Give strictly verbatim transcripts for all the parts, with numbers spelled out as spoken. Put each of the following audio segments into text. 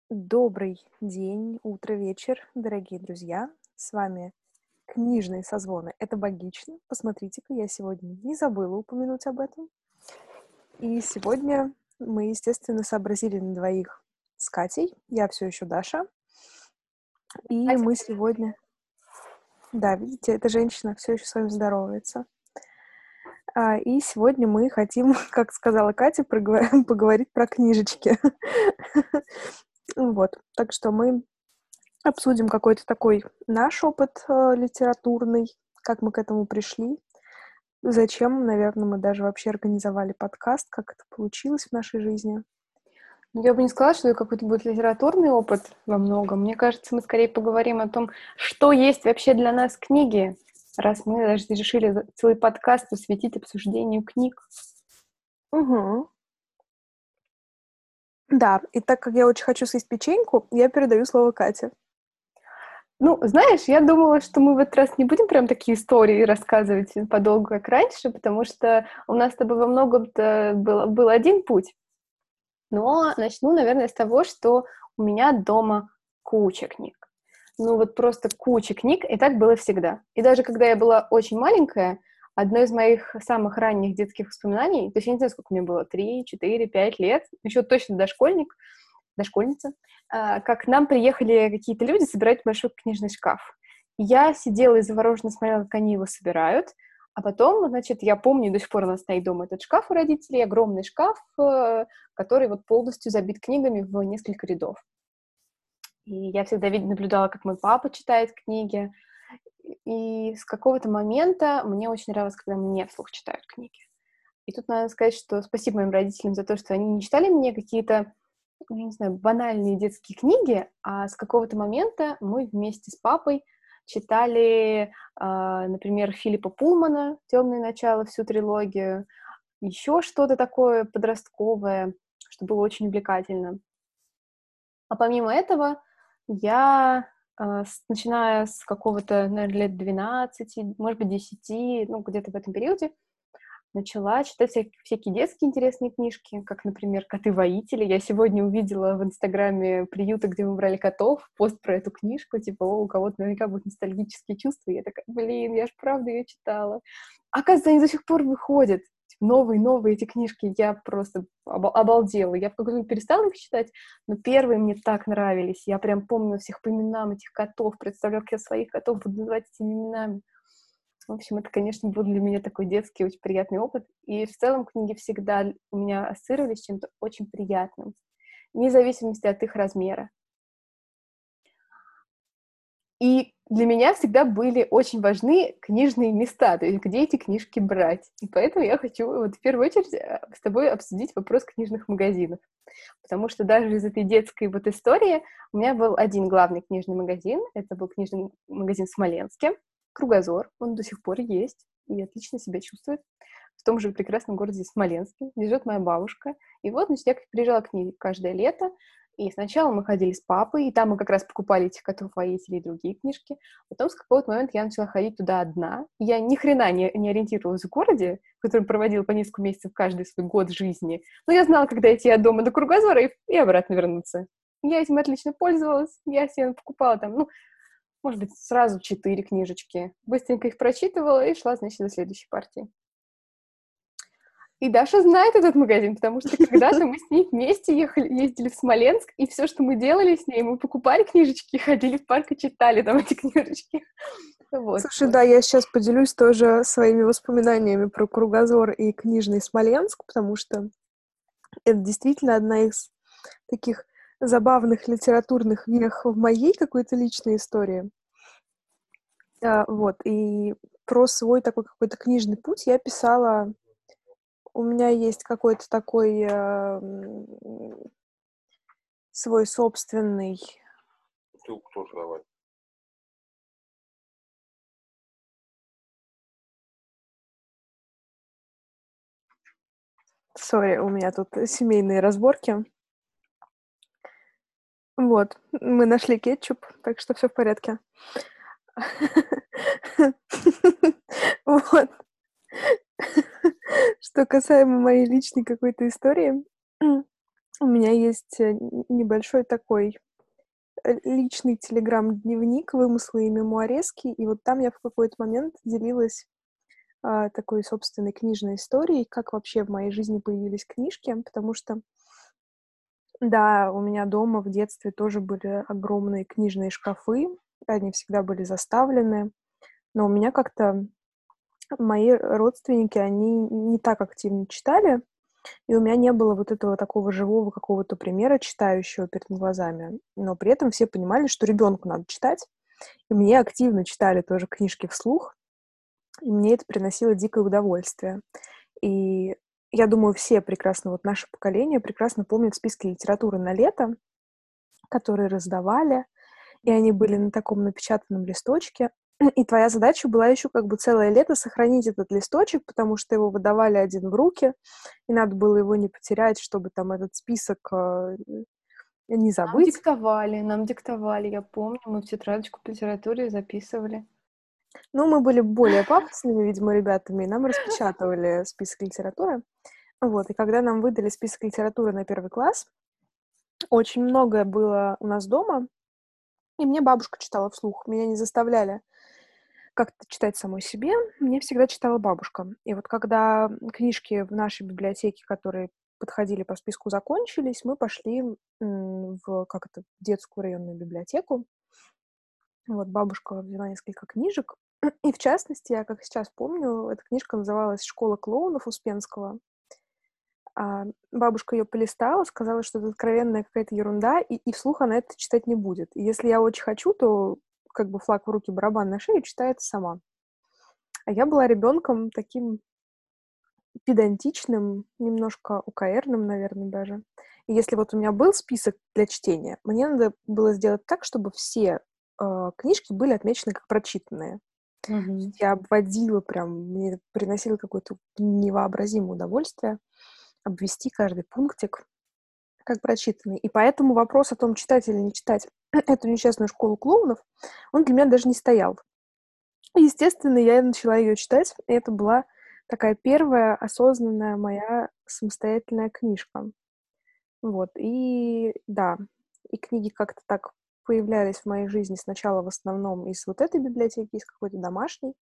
Добрый день, утро, вечер, дорогие друзья. С вами книжные созвоны. Это богично. Посмотрите-ка, я сегодня не забыла упомянуть об этом. И сегодня мы, естественно, сообразили на двоих с Катей. Я все еще Даша. И Катя, мы привет. сегодня... Да, видите, эта женщина все еще с вами здоровается. А, и сегодня мы хотим, как сказала Катя, проговор- поговорить про книжечки. Вот. Так что мы обсудим какой-то такой наш опыт э, литературный, как мы к этому пришли, зачем, наверное, мы даже вообще организовали подкаст, как это получилось в нашей жизни. Ну, я бы не сказала, что это какой-то будет литературный опыт во многом. Мне кажется, мы скорее поговорим о том, что есть вообще для нас книги, раз мы даже решили за- целый подкаст посвятить обсуждению книг. Угу. Да, и так как я очень хочу съесть печеньку, я передаю слово Кате. Ну, знаешь, я думала, что мы в этот раз не будем прям такие истории рассказывать подолгу, как раньше, потому что у нас с тобой во многом-то был, был один путь. Но начну, наверное, с того, что у меня дома куча книг. Ну вот просто куча книг, и так было всегда. И даже когда я была очень маленькая, одно из моих самых ранних детских воспоминаний, то есть я не знаю, сколько мне было, три, четыре, пять лет, еще точно дошкольник, дошкольница, а, как к нам приехали какие-то люди собирать большой книжный шкаф. Я сидела и завороженно смотрела, как они его собирают, а потом, значит, я помню, до сих пор у нас стоит дома этот шкаф у родителей, огромный шкаф, э, который вот полностью забит книгами в несколько рядов. И я всегда вид- наблюдала, как мой папа читает книги. И с какого-то момента мне очень нравилось, когда мне вслух читают книги. И тут надо сказать, что спасибо моим родителям за то, что они не читали мне какие-то, ну, я не знаю, банальные детские книги, а с какого-то момента мы вместе с папой читали, а, например, Филиппа Пулмана «Темное начало», всю трилогию, еще что-то такое подростковое, что было очень увлекательно. А помимо этого, я, а, с начиная с какого-то, наверно, лет двенадцати, может быть, десяти, ну, где-то в этом периоде, начала читать всяк всякие детские интересные книжки, как, например, «Коты-воители». Я сегодня увидела в Инстаграме приюта, где мы брали котов, пост про эту книжку, типа: «О, у кого-то наверняка будут ностальгические чувства». И я такая: «Блин, я ж правда её читала». Оказывается, они до сих пор выходят. Типа новые-новые эти книжки. Я просто оба обалдела. Я в какой-то момент перестала их читать, но первые мне так нравились. Я прям помню всех по именам этих котов, представляю, как я своих котов буду называть этими именами. В общем, это, конечно, был для меня такой детский, очень приятный опыт. И в целом книги всегда у меня ассоциировались с чем-то очень приятным, вне зависимости от их размера. И для меня всегда были очень важны книжные места, то есть где эти книжки брать. И поэтому я хочу вот в первую очередь э, с тобой обсудить вопрос книжных магазинов. Потому что даже из этой детской вот истории у меня был один главный книжный магазин. Это был книжный магазин в Смоленске, «Кругозор». Он до сих пор есть и отлично себя чувствует. В том же прекрасном городе Смоленске, где живет моя бабушка. И вот, значит, я приезжала к ней каждое лето, и сначала мы ходили с папой, и там мы как раз покупали этих «Котов-воителей» и другие книжки. Потом с какого-то момента я начала ходить туда одна. Я ни хрена не, не ориентировалась в городе, в котором проводила по несколько месяцев каждый свой год жизни. Но я знала, когда идти от дома до Кругозора и, и обратно вернуться. Я этим отлично пользовалась. Я себе покупала там, ну, может быть, сразу четыре книжечки. Быстренько их прочитывала и шла, значит, до следующей партии. И Даша знает этот магазин, потому что когда-то мы с ней вместе ехали, ездили в Смоленск, и все, что мы делали с ней, мы покупали книжечки, ходили в парк и читали там эти книжечки. Вот. Слушай, да, я сейчас поделюсь тоже своими воспоминаниями про Кругозор и книжный Смоленск, потому что это действительно одна из таких забавных литературных вех в моей какой-то личной истории. А, вот, и про свой такой какой-то книжный путь я писала. У меня есть какой-то такой э, м, свой собственный. Ссылку тоже давай. Сори, у меня тут семейные разборки. Вот, мы нашли кетчуп, так что все в порядке. Вот. Что касаемо моей личной какой-то истории, У меня есть э, н- небольшой такой э, личный телеграм-дневник, вымыслы и мемуарески, и вот там я в какой-то момент делилась а, такой собственной книжной историей, как вообще в моей жизни появились книжки, потому что, да, у меня дома в детстве тоже были огромные книжные шкафы, они всегда были заставлены, но у меня как-то мои родственники, они не так активно читали, и у меня не было вот этого такого живого какого-то примера читающего перед глазами. Но при этом все понимали, что ребенку надо читать, и мне активно читали тоже книжки вслух, и мне это приносило дикое удовольствие. И я думаю, все прекрасно, вот наше поколение прекрасно помнят списки литературы на лето, которые раздавали, и они были на таком напечатанном листочке. И твоя задача была еще как бы целое лето сохранить этот листочек, потому что его выдавали один в руки, и надо было его не потерять, чтобы там этот список э, не Нам забыть. диктовали, нам диктовали, я помню, мы в тетрадочку по литературе записывали. Ну, мы были более пафосными, видимо, ребятами, и нам распечатывали список литературы. Вот, и когда нам выдали список литературы на первый класс, очень многое было у нас дома, и мне бабушка читала вслух. Меня не заставляли как-то читать самой себе, мне всегда читала бабушка. И вот когда книжки в нашей библиотеке, которые подходили по списку, закончились, мы пошли м, в, как это, детскую районную библиотеку. Вот бабушка взяла несколько книжек, и в частности, я как сейчас помню, эта книжка называлась «Школа клоунов» Успенского. А, бабушка ее полистала, сказала, что это откровенная какая-то ерунда, и, и вслух она это читать не будет. И если я очень хочу, то как бы флаг в руки, барабан на шею, читает сама. А я была ребенком таким педантичным, немножко укоэрным, наверное, даже. И если вот у меня был список для чтения, мне надо было сделать так, чтобы все э, книжки были отмечены как прочитанные. Мгм. Я обводила прям, мне это приносило какое-то невообразимое удовольствие обвести каждый пунктик как прочитанный. И поэтому вопрос о том, читать или не читать эту несчастную школу клоунов, он для меня даже не стоял. Естественно, я начала ее читать, и это была такая первая осознанная моя самостоятельная книжка. Вот, и да, и книги как-то так появлялись в моей жизни сначала в основном из вот этой библиотеки, из какой-то домашней.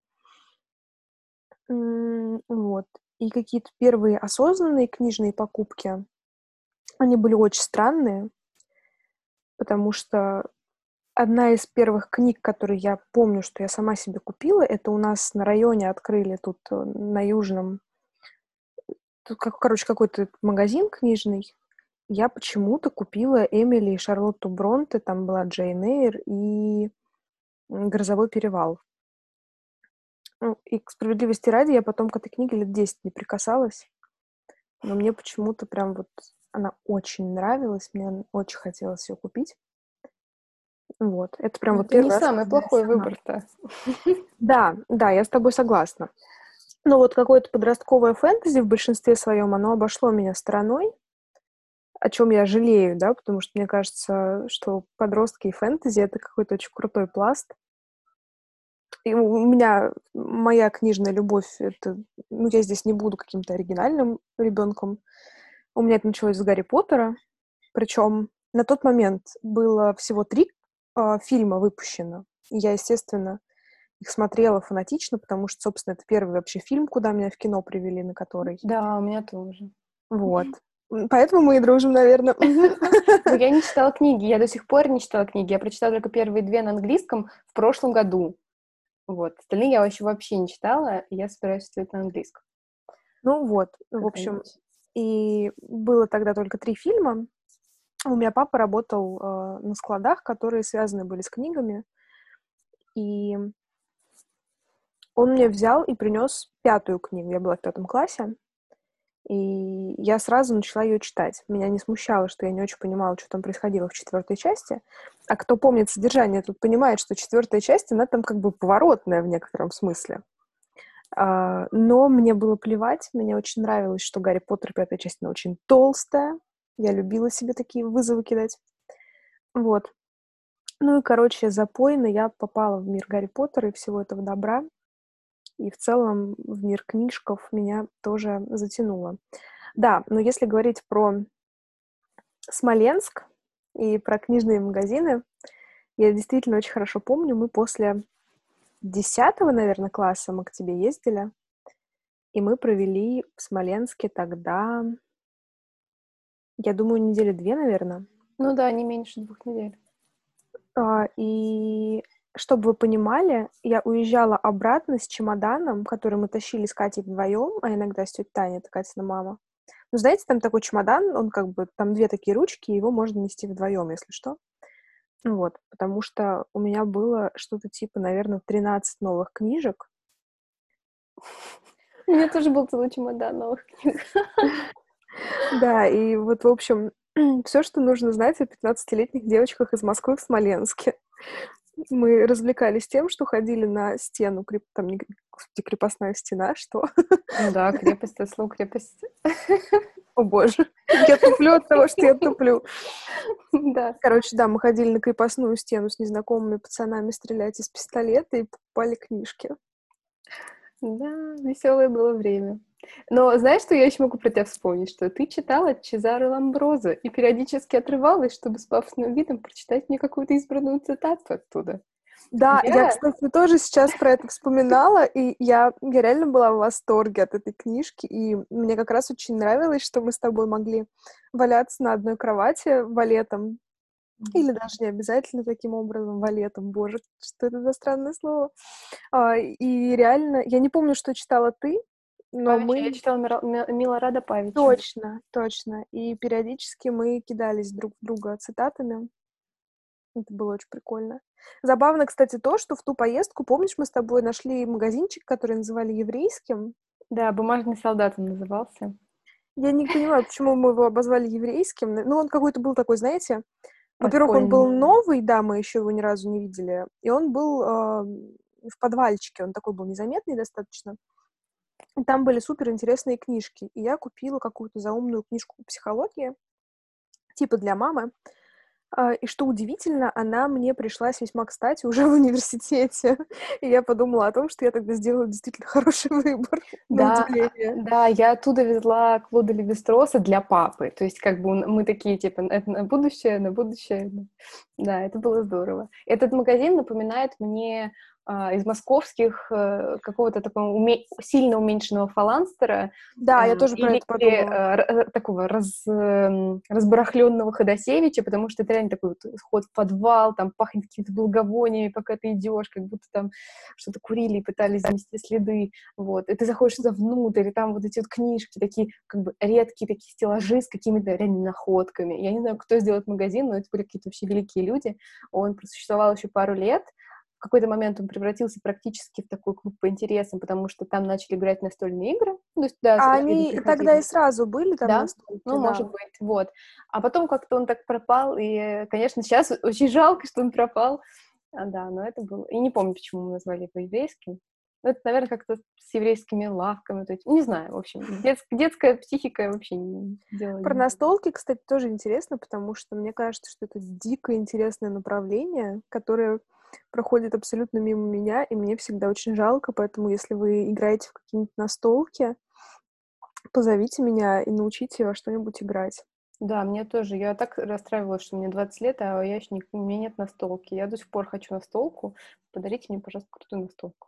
М, Вот. И какие-то первые осознанные книжные покупки, они были очень странные, потому что одна из первых книг, которые я помню, что я сама себе купила, это у нас на районе открыли тут э, на Южном, тут, как, короче, какой-то магазин книжный. Я почему-то купила Эмили и Шарлотту Бронте, там была Джейн Эйр и м, «Грозовой перевал». Ну, и к справедливости ради, я потом к этой книге лет десять не прикасалась, но мне почему-то прям вот она очень нравилась, мне очень хотелось ее купить. Вот, это прям вот Это не первый раз, самый когда я плохой сама. выбор-то. Да, да, я с тобой согласна. Но вот какое-то подростковое фэнтези в большинстве своем, оно обошло меня стороной, о чем я жалею, да, потому что мне кажется, что подростки и фэнтези — это какой-то очень крутой пласт. И у у меня моя книжная любовь — это... Ну, я здесь не буду каким-то оригинальным ребенком. У меня это началось с Гарри Поттера, причем на тот момент было всего три а, фильма выпущено. И я, естественно, их смотрела фанатично, потому что, собственно, это первый вообще фильм, куда меня в кино привели, на который. Да, у меня тоже. Вот. М, Поэтому мы и дружим, наверное. Но я не читала книги, я до сих пор не читала книги. Я прочитала только первые две на английском в прошлом году. Вот. Остальные я еще вообще не читала, и я собираюсь читать на английском Ну вот, в общем, когда-нибудь. и было тогда только три фильма. У меня папа работал э, на складах, которые связаны были с книгами, и он мне взял и принес пятую книгу. Я была в пятом классе, и я сразу начала ее читать. Меня не смущало, что я не очень понимала, что там происходило в четвертой части. А кто помнит содержание, тот понимает, что четвертая часть, она там как бы поворотная в некотором смысле. А, но мне было плевать, мне очень нравилось, что «Гарри Поттер» пятая часть, она очень толстая. Я любила себе такие вызовы кидать. Вот. Ну и, короче, запойно я попала в мир Гарри Поттера и всего этого добра. И в целом в мир книжков меня тоже затянуло. Да, но если говорить про Смоленск и про книжные магазины я действительно очень хорошо помню. Мы после десятого, наверное, класса мы к тебе ездили, и мы провели в Смоленске тогда, я думаю, недели две, наверное. Ну да, не меньше двух недель. А, и чтобы вы понимали, я уезжала обратно с чемоданом, который мы тащили с Катей вдвоем, а иногда с тетей Таней, это Катина мама. Ну, знаете, там такой чемодан, он как бы, там две такие ручки, его можно нести вдвоем, если что. Вот, потому что у меня было что-то типа, наверное, тринадцать новых книжек. У меня тоже был целый чемодан новых книг. Да, и вот, в общем, все, что нужно знать о пятнадцатилетних девочках из Москвы в Смоленске. Мы развлекались тем, что ходили на стену, креп... там не господи, крепостная стена, что? Ну да, крепость, это слово крепость. О боже, я туплю от того, что я туплю. Да. Короче, да, мы ходили на крепостную стену с незнакомыми пацанами стрелять из пистолета и покупали книжки. Да, веселое было время. Но знаешь, что я еще могу про тебя вспомнить? Что ты читала Чезаро Ламброзо и периодически отрывалась, чтобы с пафосным видом прочитать мне какую-то избранную цитату оттуда. Да, Я- я, кстати, тоже сейчас про это вспоминала, и я, я реально была в восторге от этой книжки, и мне как раз очень нравилось, что мы с тобой могли валяться на одной кровати валетом, или даже не обязательно таким образом валетом, боже, что это за странное слово. А, и реально, я не помню, что читала ты, но Павича, я мы... читала Мира- Ми- Милорада Павича. Точно, точно. И периодически мы кидались друг в друга цитатами. Это было очень прикольно. Забавно, кстати, то, что в ту поездку, помнишь, мы с тобой нашли магазинчик, который называли еврейским? Да, «Бумажный солдат» он назывался. Я не понимаю, почему мы его обозвали еврейским. Ну, он какой-то был такой, знаете... Во-первых, он был Подпольный. новый, да, мы еще его ни разу не видели. И он был э, в подвальчике, он такой был незаметный достаточно. И там были суперинтересные книжки. И я купила какую-то заумную книжку по психологии, типа для мамы. А, И что удивительно, она мне пришлась весьма кстати уже в университете. И я подумала о том, что я тогда сделала действительно хороший выбор, на Да, удивление. да, я оттуда везла Клода Левистроса для папы. То есть как бы он- мы такие, типа, это на будущее, на будущее. Да, это было здорово. Этот магазин напоминает мне а, из московских э, какого-то такого уме- сильно уменьшенного фаланстера Да, я а, тоже про или это подумала. э, р- р- такого раз, эм, разбарахленного Ходосевича, потому что это реально такой вот вход в подвал, там пахнет какими-то благовониями, пока ты идешь, как будто там что-то курили и пытались замести следы. Вот, и ты заходишь туда внутрь, и там вот эти вот книжки, такие как бы редкие такие стеллажи с какими-то реально находками. Я не знаю, кто сделал этот магазин, но это были какие-то вообще великие люди. Он просуществовал еще пару лет. В какой-то момент он превратился практически в такой клуб по интересам, потому что там начали играть настольные игры. То есть, да, А люди они тогда и приходили. сразу были там на Да, столике, ну, да. может быть, вот. А потом как-то он так пропал, и, конечно, сейчас очень жалко, что он пропал. А, да, но это было... И не помню, почему мы назвали его еврейским. Ну, это, наверное, как-то с еврейскими лавками. Вот эти. Не знаю, в общем, дет- детская психика вообще не делала. Про настолки, кстати, тоже интересно, потому что мне кажется, что это дико интересное направление, которое проходит абсолютно мимо меня, и мне всегда очень жалко, поэтому если вы играете в какие-нибудь настолки, позовите меня и научите во что-нибудь играть. Да, мне тоже. Я так расстраивалась, что мне двадцать лет, а я еще не... у меня нет настолки. Я до сих пор хочу настолку. Подарите мне, пожалуйста, крутую настолку.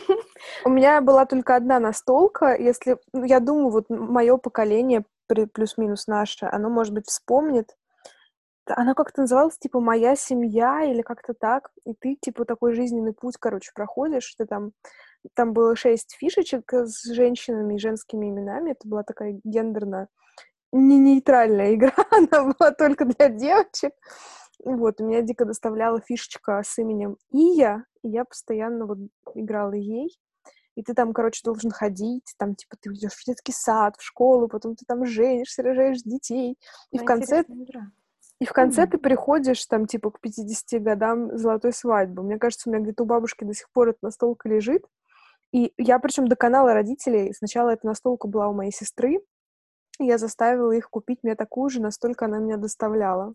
У меня была только одна настолка, если, ну, я думаю, вот мое поколение, при- плюс-минус наше, оно, может быть, вспомнит. Она как-то называлась, типа, «Моя семья» или как-то так, и ты, типа, такой жизненный путь, короче, проходишь, ты там, там было шесть фишечек с женщинами и женскими именами, это была такая гендерно не нейтральная игра, она была только для девочек. Вот, и меня дико доставляла фишечка с именем Ия, и я постоянно вот играла ей. И ты там, короче, должен ходить, там, типа, ты идешь в детский сад, в школу, потом ты там женишься, рожаешь детей. И Ну, в конце, интересная игра. и в конце М. ты приходишь, там, типа, к пятидесяти годам золотой свадьбы. Мне кажется, у меня где-то у бабушки до сих пор эта настолка лежит. И я, причем, доконала родителей. Сначала эта настолка была у моей сестры, и я заставила их купить мне такую же, настолько она меня доставляла.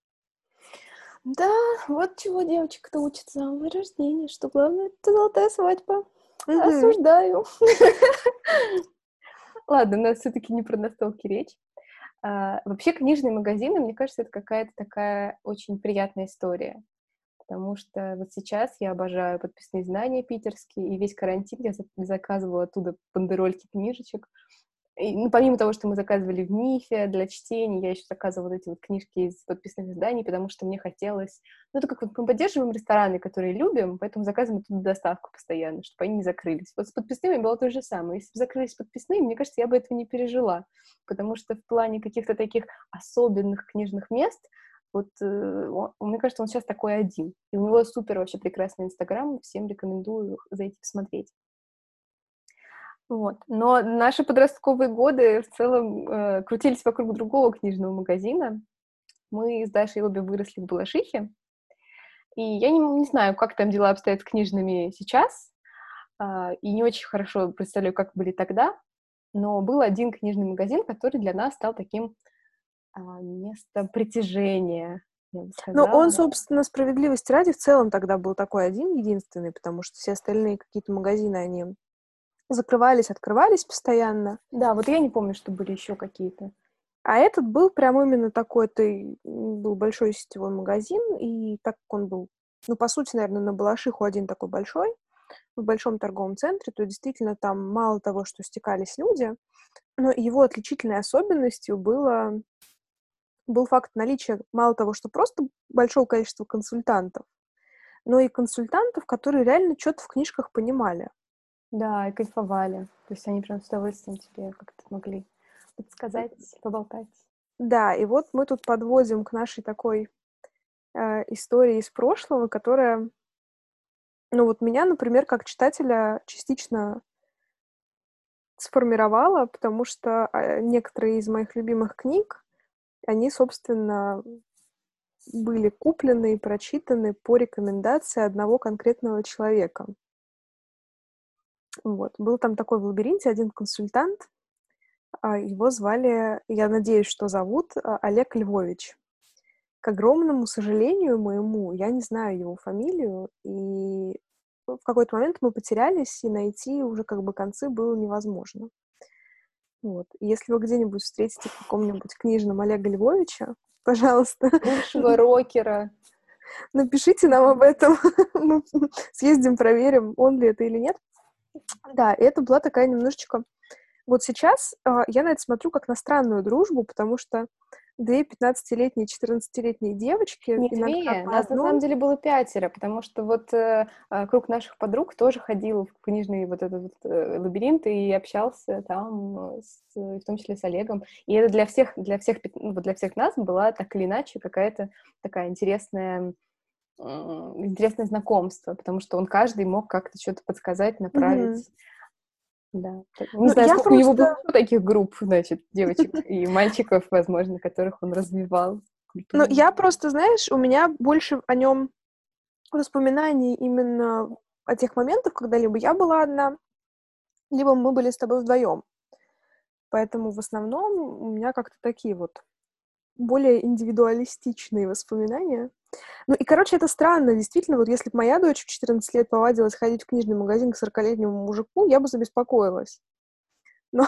Да, вот чего девочка-то учится с самого рождения, что главное — это золотая свадьба. Мгм. Осуждаю. Ладно, у нас все-таки не про настолки речь. А, вообще книжные магазины, мне кажется, это какая-то такая очень приятная история, потому что вот сейчас я обожаю подписные издания питерские, и весь карантин я за- заказывала оттуда бандерольки книжечек. И, ну, помимо того, что мы заказывали в Мифе для чтения, я еще заказывала вот эти вот книжки из подписных изданий, потому что мне хотелось... Ну, это как вот мы поддерживаем рестораны, которые любим, поэтому заказываем оттуда доставку постоянно, чтобы они не закрылись. Вот с подписными было то же самое. Если бы закрылись подписные, мне кажется, я бы этого не пережила, потому что в плане каких-то таких особенных книжных мест, вот, э, он- мне кажется, он сейчас такой один. И у него супер вообще прекрасный Инстаграм, всем рекомендую зайти посмотреть. Вот. Но наши подростковые годы в целом э, крутились вокруг другого книжного магазина. Мы с Дашей обе выросли в Балашихе, и я не, не знаю, как там дела обстоят с книжными сейчас, а, и не очень хорошо представляю, как были тогда, но был один книжный магазин, который для нас стал таким а, местом притяжения, я бы Но сказала. он, собственно, справедливости ради, в целом тогда был такой один, единственный, потому что все остальные какие-то магазины, они закрывались, открывались постоянно. Да, вот я не помню, что были еще какие-то. А этот был прям именно такой, это был большой сетевой магазин, и так как он был, ну, по сути, наверное, на Балашиху один такой большой, в большом торговом центре, то действительно там мало того, что стекались люди, но его отличительной особенностью было, был факт наличия мало того, что просто большого количества консультантов, но и консультантов, которые реально что-то в книжках понимали. Да, и кайфовали. То есть они прям с удовольствием тебе как-то могли подсказать, поболтать. Да, и вот мы тут подводим к нашей такой э, истории из прошлого, которая, ну вот меня, например, как читателя частично сформировала, потому что э, некоторые из моих любимых книг, они, собственно, были куплены и прочитаны по рекомендации одного конкретного человека. Вот. Был там такой в «Лабиринте» один консультант, а, его звали, я надеюсь, что зовут, а, Олег Львович. К огромному сожалению моему, я не знаю его фамилию, и в какой-то момент мы потерялись, и найти уже как бы концы было невозможно. Вот. И если вы где-нибудь встретите в каком-нибудь книжном Олега Львовича, пожалуйста, Бывшего рокера. напишите нам об этом. Мы съездим, проверим, он ли это или нет. Да, и это была такая немножечко... Вот сейчас а, я на это смотрю как на странную дружбу, потому что две пятнадцатилетние, четырнадцатилетние девочки Не иногда две, по нас на самом одной... деле было пятеро, потому что вот э, а, круг наших подруг тоже ходил в книжный вот этот вот, э, лабиринт и общался там, э, с, в том числе с Олегом. И это для всех, для всех, пят- ну, вот для всех нас была так или иначе какая-то такая интересная, м, интересное знакомство, потому что он каждый мог как-то что-то подсказать, Мгм. направить. Да. Так, не Ну, знаю, я сколько у него было просто... еще таких групп, значит, девочек и мальчиков, возможно, которых он развивал Ну, культурно. я просто, знаешь, у меня больше о нем воспоминаний именно о тех моментах, когда либо я была одна, либо мы были с тобой вдвоем. Поэтому в основном у меня как-то такие вот более индивидуалистичные воспоминания. Ну и, короче, это странно, действительно, вот если бы моя дочь в четырнадцать лет повадилась ходить в книжный магазин к сорокалетнему мужику, я бы забеспокоилась. Но,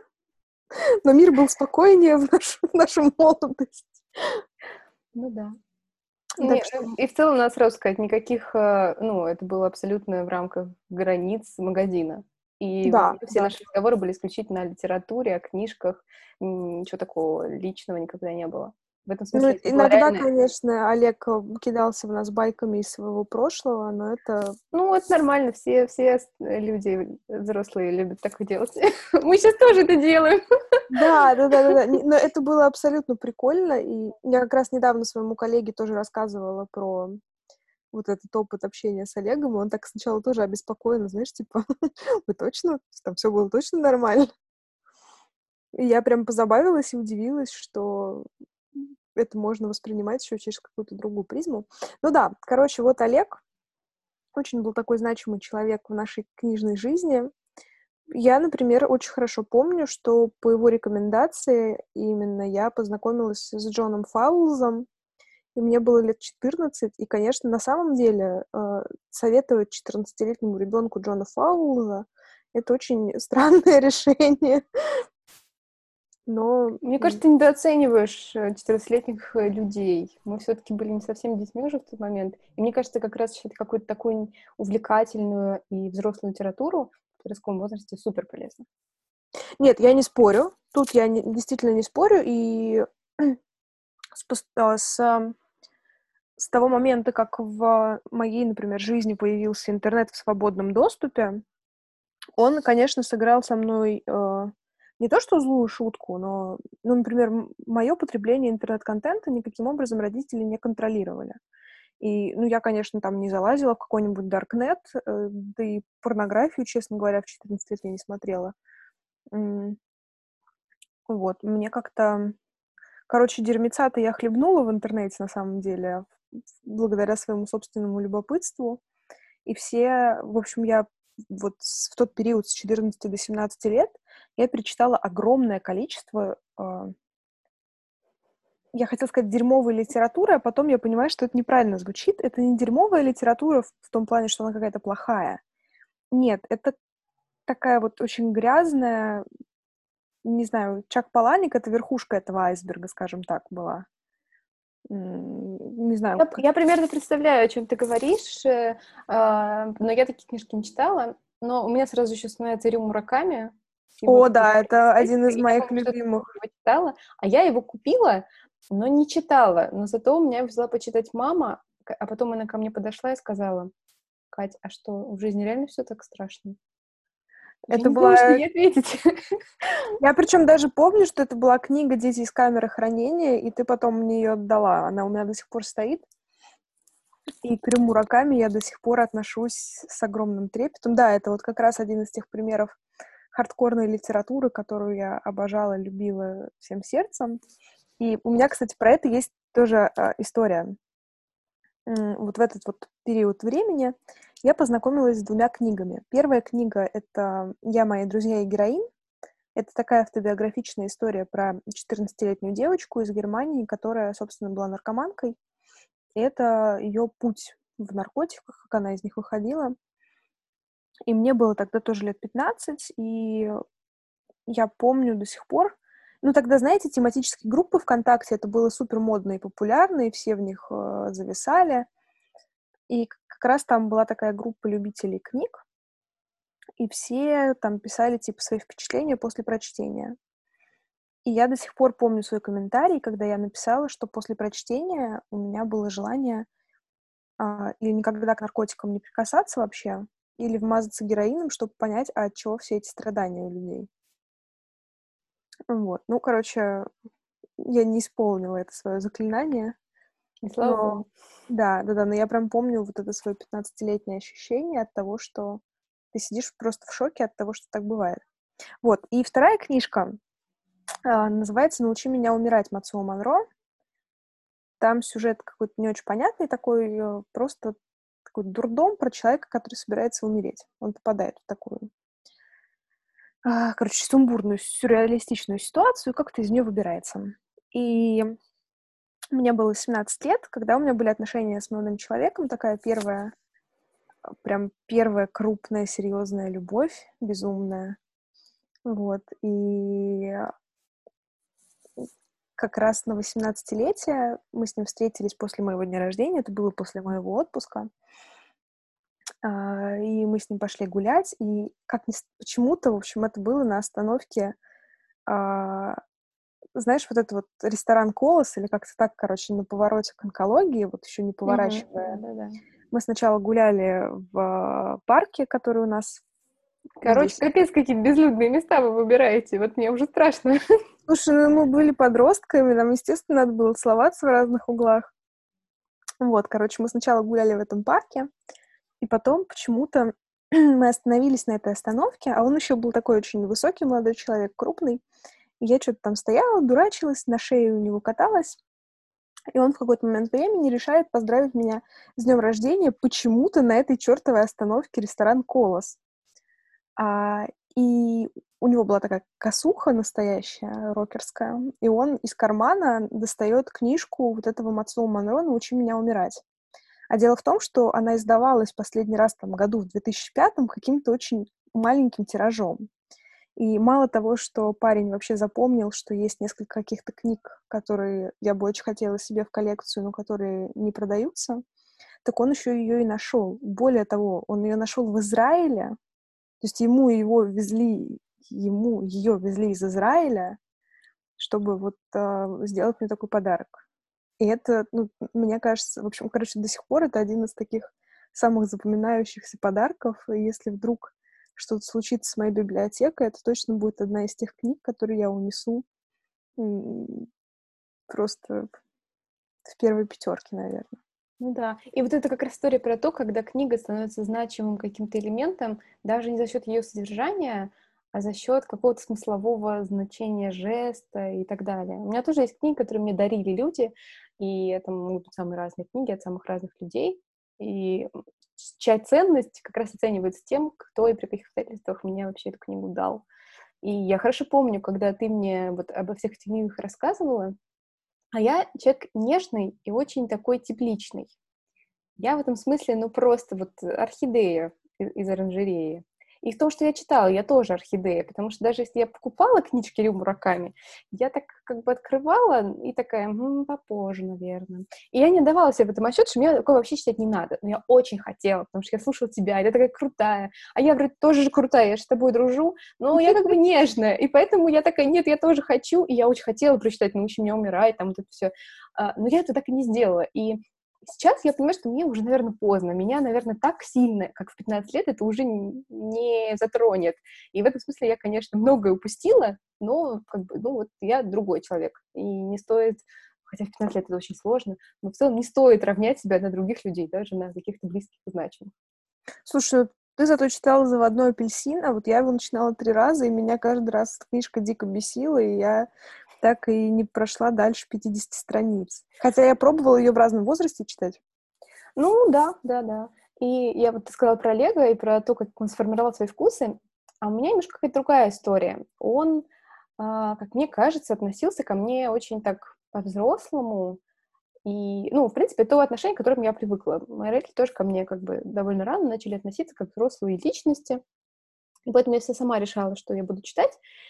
но мир был спокойнее в нашу, в нашу молодость. Ну да. Так Не, что, и в целом, надо сразу сказать, никаких, э, ну, это было абсолютно в рамках границ магазина. И да, вообще все да. наши разговоры были исключительно о литературе, о книжках. М, Ничего такого личного никогда не было. В этом Ну, смысле это было иногда, реально... конечно, Олег э, кидался в нас байками из своего прошлого, но это... Ну, это нормально, все, все с- люди взрослые любят так делать. Мы сейчас тоже это делаем. Да, да, да, да, да. Не- Но это было абсолютно прикольно, и я как раз недавно своему коллеге тоже рассказывала про вот этот опыт общения с Олегом, и он так сначала тоже обеспокоенно, знаешь, типа, вы точно? Там все было точно нормально? И я прям позабавилась и удивилась, что это можно воспринимать еще через какую-то другую призму. Ну да, короче, вот Олег очень был такой значимый человек в нашей книжной жизни. Я, например, очень хорошо помню, что по его рекомендации именно я познакомилась с Джоном Фаулзом, и мне было лет четырнадцать, и, конечно, на самом деле э, советовать четырнадцатилетнему ребенку Джона Фаулза — это очень странное решение. но... Мне кажется, ты недооцениваешь четырнадцатилетних людей. Мы все-таки были не совсем детьми уже в тот момент. И мне кажется, как раз читать какую-то такую увлекательную и взрослую литературу в подростковом возрасте супер полезно. Нет, я не спорю. Тут я не, действительно не спорю. И с, с, с того момента, как в моей, например, жизни появился интернет в свободном доступе, он, конечно, сыграл со мной э, не то что злую шутку, но, ну, например, мое потребление интернет-контента никаким образом родители не контролировали. И, ну, я, конечно, там не залазила в какой-нибудь даркнет, э, да и порнографию, честно говоря, в четырнадцать лет я не смотрела. М, Вот, мне как-то... Короче, дерьмеца-то я хлебнула в интернете, на самом деле, благодаря своему собственному любопытству. И все, в общем, я вот в тот период с четырнадцати до семнадцати лет я перечитала огромное количество, э, я хотела сказать, дерьмовой литературы, а потом я понимаю, что это неправильно звучит. Это не дерьмовая литература в, в том плане, что она какая-то плохая. Нет, это такая вот очень грязная, не знаю, Чак Паланик — это верхушка этого айсберга, скажем так, была. Не знаю. Я, Как... я примерно представляю, о чем ты говоришь, э, э, но я такие книжки не читала. Но у меня сразу еще вспоминается Рю Мураками. О, да, это один из Я моих помню, что ты любимых. его читала, а я его купила, но не читала. Но зато у меня взяла почитать мама, а потом она ко мне подошла и сказала: Кать, а что, в жизни реально все так страшно? Я Это не знала, что была... ей ответить. Я причем даже помню, что это была книга «Дети из камеры хранения», и ты потом мне ее отдала. Она у меня до сих пор стоит. И к Рю Мураками я до сих пор отношусь с огромным трепетом. Да, это вот как раз один из тех примеров хардкорной литературы, которую я обожала, любила всем сердцем. И у меня, кстати, про это есть тоже э, история. М, Вот в этот вот период времени я познакомилась с двумя книгами. Первая книга — это «Я, мои друзья и героин». Это такая автобиографичная история про четырнадцатилетнюю девочку из Германии, которая, собственно, была наркоманкой. И это ее путь в наркотиках, как она из них выходила. И мне было тогда тоже лет пятнадцать, и я помню до сих пор... Ну, тогда, знаете, тематические группы ВКонтакте, это было супер модно и популярно, и все в них э, зависали. И как раз там была такая группа любителей книг, и все там писали, типа, свои впечатления после прочтения. И я до сих пор помню свой комментарий, когда я написала, что после прочтения у меня было желание а, или никогда к наркотикам не прикасаться вообще, или вмазаться героином, чтобы понять, а от чего все эти страдания у людей. Вот. Ну, короче, я не исполнила это свое заклинание, И слава но богу. да, да, да, но я прям помню вот это свое пятнадцатилетнее ощущение от того, что ты сидишь просто в шоке от того, что так бывает. Вот. И вторая книжка а, называется «Научи меня умирать» Мацуо Монро. Там сюжет какой-то не очень понятный такой, э, просто такой дурдом про человека, который собирается умереть. Он попадает в такую, а, короче, сумбурную, сюрреалистичную ситуацию и как-то из нее выбирается. И мне было семнадцать лет, когда у меня были отношения с молодым человеком, такая первая, а, прям первая крупная, серьезная любовь, безумная. Вот. И как раз на восемнадцатилетие мы с ним встретились после моего дня рождения, это было после моего отпуска. А, и мы с ним пошли гулять, и как ни с почему-то, в общем, это было на остановке, а, знаешь, вот это вот ресторан «Колос» или как-то так, короче, на повороте к онкологии, вот еще не Мгм. поворачивая. Да-да-да. Мы сначала гуляли в парке, который у нас Короче, здесь. капец, какие безлюдные места вы выбираете. Вот мне уже страшно. Слушай, ну мы были подростками, нам, естественно, надо было целоваться в разных углах. Вот, короче, мы сначала гуляли в этом парке, и потом почему-то мы остановились на этой остановке, а он еще был такой очень высокий молодой человек, крупный. И я что-то там стояла, дурачилась, на шее у него каталась, и он в какой-то момент времени решает поздравить меня с днем рождения почему-то на этой чертовой остановке ресторан «Колос». А, и у него была такая косуха настоящая, рокерская, и он из кармана достает книжку вот этого Мацуо Монро «Научи меня умирать». А дело в том, что она издавалась последний раз там году в две тысячи пятом каким-то очень маленьким тиражом. И мало того, что парень вообще запомнил, что есть несколько каких-то книг, которые я бы очень хотела себе в коллекцию, но которые не продаются, так он еще ее и нашел. Более того, он ее нашел в Израиле, то есть ему его везли, ему ее везли из Израиля, чтобы вот э, сделать мне такой подарок. И это, ну, мне кажется, в общем, короче, до сих пор это один из таких самых запоминающихся подарков. И если вдруг что-то случится с моей библиотекой, это точно будет одна из тех книг, которые я унесу м, просто в первой пятерке, наверное. Ну да. И вот это как раз история про то, когда книга становится значимым каким-то элементом, даже не за счет ее содержания, а за счет какого-то смыслового значения жеста и так далее. У меня тоже есть книги, которые мне дарили люди, и это могут быть самые разные книги от самых разных людей, и чья ценность как раз оценивается тем, кто и при каких обстоятельствах мне вообще эту книгу дал. И я хорошо помню, когда ты мне вот обо всех этих книгах рассказывала, а я человек нежный и очень такой тепличный. Я в этом смысле, ну, просто вот орхидея из, из оранжереи. И в том, что я читала, я тоже орхидея, потому что даже если я покупала книжки Рю Мураками, я так как бы открывала и такая, м, попозже, наверное. И я не давала себе в этом отчет, что мне такое вообще читать не надо. Но я очень хотела, потому что я слушала тебя, и ты такая крутая. А я вроде тоже же крутая, я же с тобой дружу, но я как бы нежная. И поэтому я такая, нет, я тоже хочу. И я очень хотела прочитать «Научи меня умирать», там вот это все. Но я это так и не сделала. И сейчас я понимаю, что мне уже, наверное, поздно. Меня, наверное, так сильно, как в пятнадцать лет, это уже не затронет. И в этом смысле я, конечно, многое упустила, но как бы, ну вот я другой человек. И не стоит, хотя в пятнадцать лет это очень сложно, но в целом не стоит равнять себя на других людей, даже на каких-то близких и значимых. Слушай, ты зато читала «Заводной апельсин», а вот я его начинала три раза, и меня каждый раз эта книжка дико бесила, и я так и не прошла дальше пятидесяти страниц. Хотя я пробовала ее в разном возрасте читать. Ну, да, да, да. И я вот сказала про Олега и про то, как он сформировал свои вкусы, а у меня немножко какая-то другая история. Он, а, как мне кажется, относился ко мне очень так по-взрослому, и, ну, в принципе, то отношение, к которому я привыкла. Мои родители тоже ко мне как бы довольно рано начали относиться как к взрослой личности, и поэтому я всегда сама решала, что я буду читать.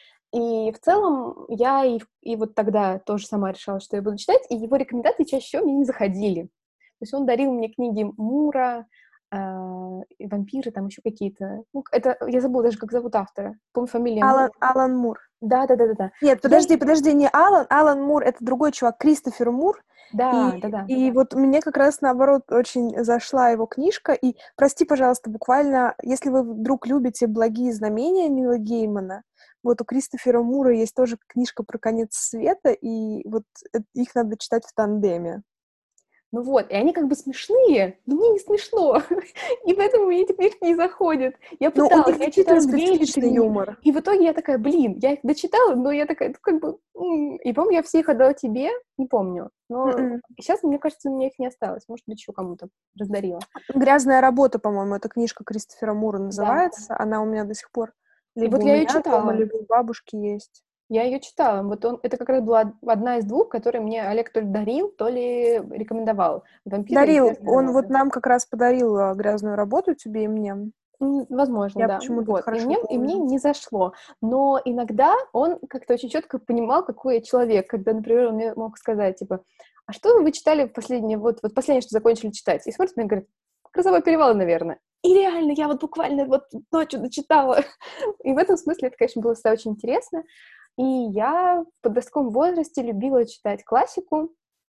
И в целом я и, и вот тогда тоже сама решала, что я буду читать, и его рекомендации чаще всего мне не заходили. То есть он дарил мне книги Мура, э, и вампиры, там еще какие-то. Ну, это, я забыла даже, как зовут автора. Помню, фамилия Алан, Мур. Алан Мур. Да-да-да-да. Нет, подожди, я... подожди, не Алан. Алан Мур — это другой чувак, Кристофер Мур. Да, И, да, да. и вот мне как раз, наоборот, очень зашла его книжка. И, прости, пожалуйста, буквально, если вы вдруг любите «Благие знамения» Нила Геймана, вот у Кристофера Мура есть тоже книжка про конец света, и вот их надо читать в тандеме. Ну вот, и они как бы смешные, но мне не смешно, и поэтому мне эти книжки не заходят. Я Ну, у пыталась, них я действительно читала две или специфичный три, юмор. и в итоге я такая, блин, я их дочитала, но я такая, ну как бы, м-м. И помню, я все их отдала тебе, не помню, но Mm-mm. сейчас, мне кажется, у меня их не осталось, может быть, еще кому-то раздарила. «Грязная работа», по-моему, эта книжка Кристофера Мура Да. называется, она у меня до сих пор И либо вот у я ее меня дома, читала. либо у бабушки есть. Я ее читала. Вот он, это как раз была одна из двух, которые мне Олег то ли дарил, то ли рекомендовал. «Вампиры» и Дарил, «Грязная он вот работа». нам как раз подарил а, «Грязную работу», тебе и мне. М, Возможно, Я да. почему-то это Вот. И хорошо мне, и мне помню. не зашло. Но иногда он как-то очень четко понимал, какой я человек. Когда, например, он мне мог сказать, типа, а что вы читали в последнее, вот, вот последнее, что закончили читать? И смотрит на меня и говорит, «Грозовой перевал, наверное». И реально, я вот буквально вот ночью дочитала. И в этом смысле это, конечно, было всегда очень интересно. И я в подростковом возрасте любила читать классику,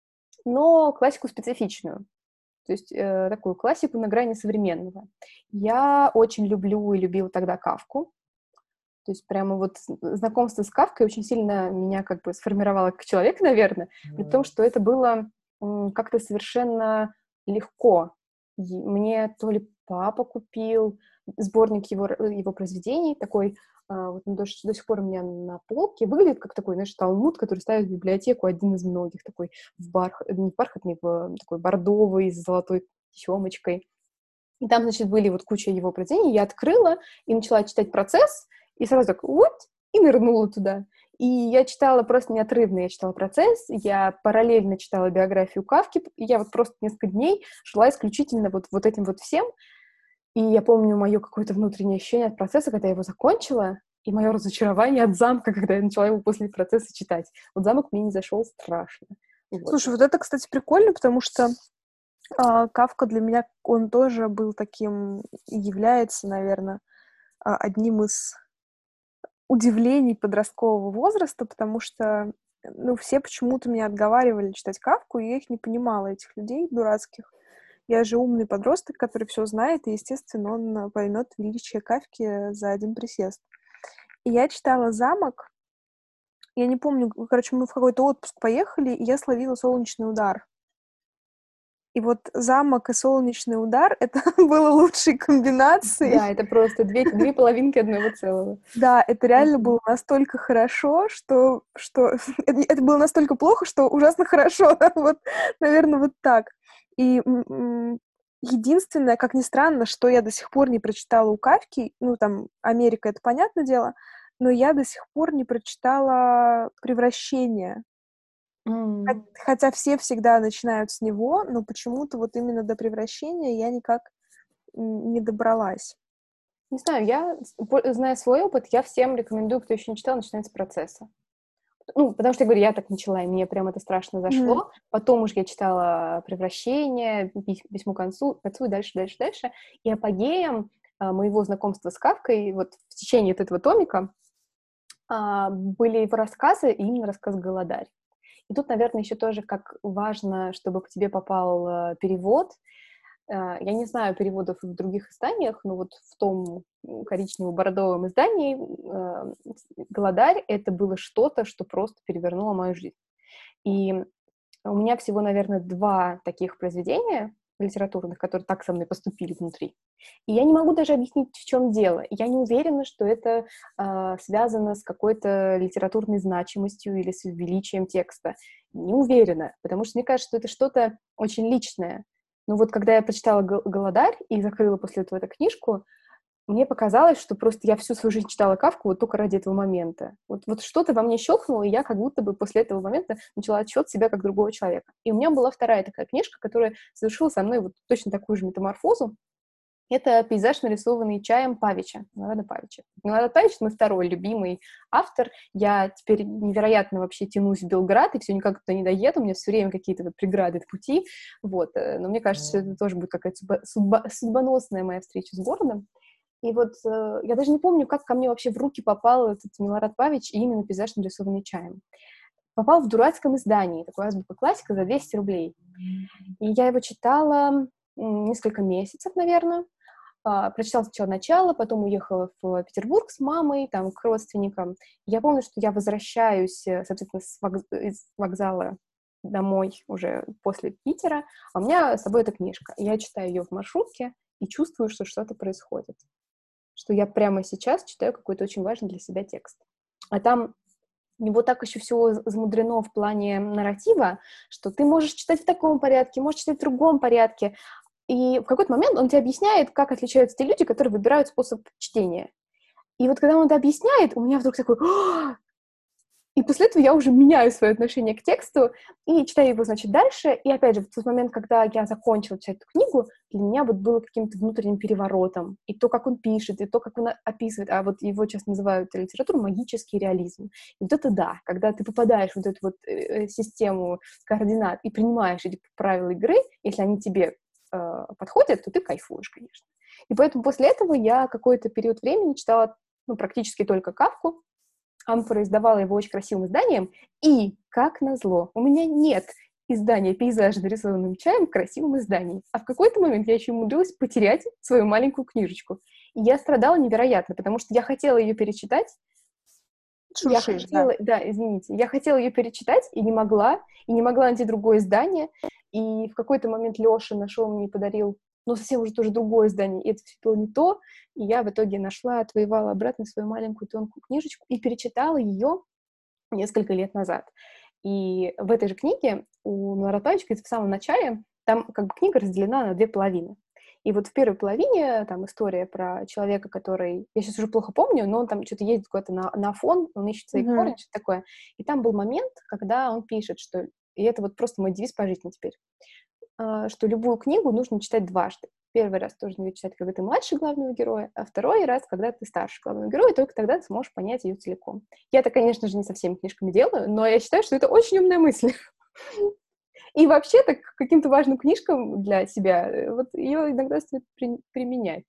но классику специфичную. То есть э, такую классику на грани современного. Я очень люблю и любила тогда Кафку. То есть прямо вот знакомство с Кафкой очень сильно меня как бы сформировало как человека, наверное, при том, что это было м, как-то совершенно легко. И мне то ли папа купил сборник его, его произведений, такой, а, вот он до, до сих пор у меня на полке, выглядит как такой, знаешь, талмуд, который ставит в библиотеку, один из многих, такой в барх... не в бархатный, в такой бордовый, с золотой тесемочкой. И там, значит, были вот куча его произведений, я открыла и начала читать «Процесс», и сразу так вот, и нырнула туда. И я читала просто неотрывно, я читала «Процесс», я параллельно читала биографию Кафки, и я вот просто несколько дней шла исключительно вот, вот этим вот всем. И я помню мое какое-то внутреннее ощущение от «Процесса», когда я его закончила, и мое разочарование от «Замка», когда я начала его после процесса читать. Вот «Замок» мне не зашел страшно. Вот. Слушай, вот это, кстати, прикольно, потому что а, Кафка для меня, он тоже был таким, является, наверное, а, одним из удивлений подросткового возраста, потому что, ну, все почему-то меня отговаривали читать Кафку, и я их не понимала, этих людей дурацких. Я же умный подросток, который все знает, и, естественно, он поймет величие Кафки за один присест. И я читала «Замок». Я не помню, короче, мы в какой-то отпуск поехали, и я словила солнечный удар. И вот «Замок» и «Солнечный удар» — это было лучшей комбинацией. Да, это просто две, две половинки одного целого. Да, это реально было настолько хорошо, что... что... это, это было настолько плохо, что ужасно хорошо. Вот, наверное, вот так. И м- единственное, как ни странно, что я до сих пор не прочитала у Кафки, ну, там, Америка — это понятное дело, но я до сих пор не прочитала «Превращение». Mm. Хотя все всегда начинают с него, но почему-то вот именно до «Превращения» я никак не добралась. Не знаю, я, зная свой опыт, я всем рекомендую, кто еще не читал, начинать с процесса. Ну, потому что, я говорю, я так начала, и мне прям это страшно зашло. Mm-hmm. Потом уж я читала «Превращение», «Письмо к концу», к концу и дальше, дальше, дальше. И апогеем а, моего знакомства с Кафкой вот в течение вот этого томика а, были его рассказы, и именно рассказ «Голодарь». И тут, наверное, еще тоже как важно, чтобы к тебе попал а, перевод. А, я не знаю переводов в других изданиях, но вот в том коричнево-бордовом издании а, «Голодарь» — это было что-то, что просто перевернуло мою жизнь. И у меня всего, наверное, два таких произведения литературных, которые так со мной поступили внутри. И я не могу даже объяснить, в чем дело. Я не уверена, что это э, связано с какой-то литературной значимостью или с величием текста. Не уверена, потому что мне кажется, что это что-то очень личное. Но вот когда я прочитала «Голодарь» и закрыла после этого эту книжку, мне показалось, что просто я всю свою жизнь читала Кафку вот только ради этого момента. Вот, вот что-то во мне щелкнуло, и я как будто бы после этого момента начала отчет себя как другого человека. И у меня была вторая такая книжка, которая совершила со мной вот точно такую же метаморфозу. Это «Пейзаж, нарисованный чаем» Павича, Милорада Павича. Милорад Павич — мой второй любимый автор. Я теперь невероятно вообще тянусь в Белград, и все никак туда не доеду, у меня все время какие-то вот преграды в пути. Вот. Но мне кажется, что это тоже будет какая-то судьба, судьба, судьбоносная моя встреча с городом. И вот э, я даже не помню, как ко мне вообще в руки попал этот Милорад Павич и именно «Пейзаж, нарисованный чаем». Попал в дурацком издании, такое азбука классика, за двести рублей. И я его читала м, несколько месяцев, наверное. А, прочитала сначала начало, потом уехала в Петербург с мамой, там, к родственникам. Я помню, что я возвращаюсь, соответственно, с вокз... из вокзала домой уже после Питера, а у меня с собой эта книжка. Я читаю ее в маршрутке и чувствую, что что-то происходит. Что я прямо сейчас читаю какой-то очень важный для себя текст. А там его так еще все замудрено в плане нарратива, что ты можешь читать в таком порядке, можешь читать в другом порядке. И в какой-то момент он тебе объясняет, как отличаются те люди, которые выбирают способ чтения. И вот когда он это объясняет, у меня вдруг такой... И после этого я уже меняю свое отношение к тексту и читаю его, значит, дальше. И опять же, в тот момент, когда я закончила читать эту книгу, для меня вот было каким-то внутренним переворотом. И то, как он пишет, и то, как он описывает, а вот его сейчас называют литературу магический реализм. И вот это да, когда ты попадаешь в вот эту вот э, систему координат и принимаешь эти правила игры, если они тебе э, подходят, то ты кайфуешь, конечно. И поэтому после этого я какой-то период времени читала ну, практически только Кафку. Амфора издавала его очень красивым изданием, и, как назло, у меня нет издания «Пейзаж, нарисованным чаем» в красивом издании. А в какой-то момент я еще умудрилась потерять свою маленькую книжечку. И я страдала невероятно, потому что я хотела ее перечитать. Шуршишь, я хотела, да. да, извините. Я хотела ее перечитать и не могла, и не могла найти другое издание. И в какой-то момент Леша нашел мне и подарил но совсем уже тоже другое издание, и это все было не то, и я в итоге нашла, отвоевала обратно свою маленькую тонкую книжечку и перечитала ее несколько лет назад. И в этой же книге у Милорада Павича в самом начале, там как бы книга разделена на две половины. И вот в первой половине там история про человека, который, я сейчас уже плохо помню, но он там что-то ездит куда-то на, на Афон, он ищет свои mm-hmm. корни, что-то такое. И там был момент, когда он пишет, что, и это вот просто мой девиз по жизни теперь, а, что любую книгу нужно читать дважды. Первый раз тоже нужно читать, когда ты младше главного героя, а второй раз, когда ты старше главного героя, и только тогда ты сможешь понять ее целиком. Я это, конечно же, не со всеми книжками делаю, но я считаю, что это очень умная мысль. И вообще-то к каким-то важным книжкам для себя э, вот ее иногда стоит при- применять.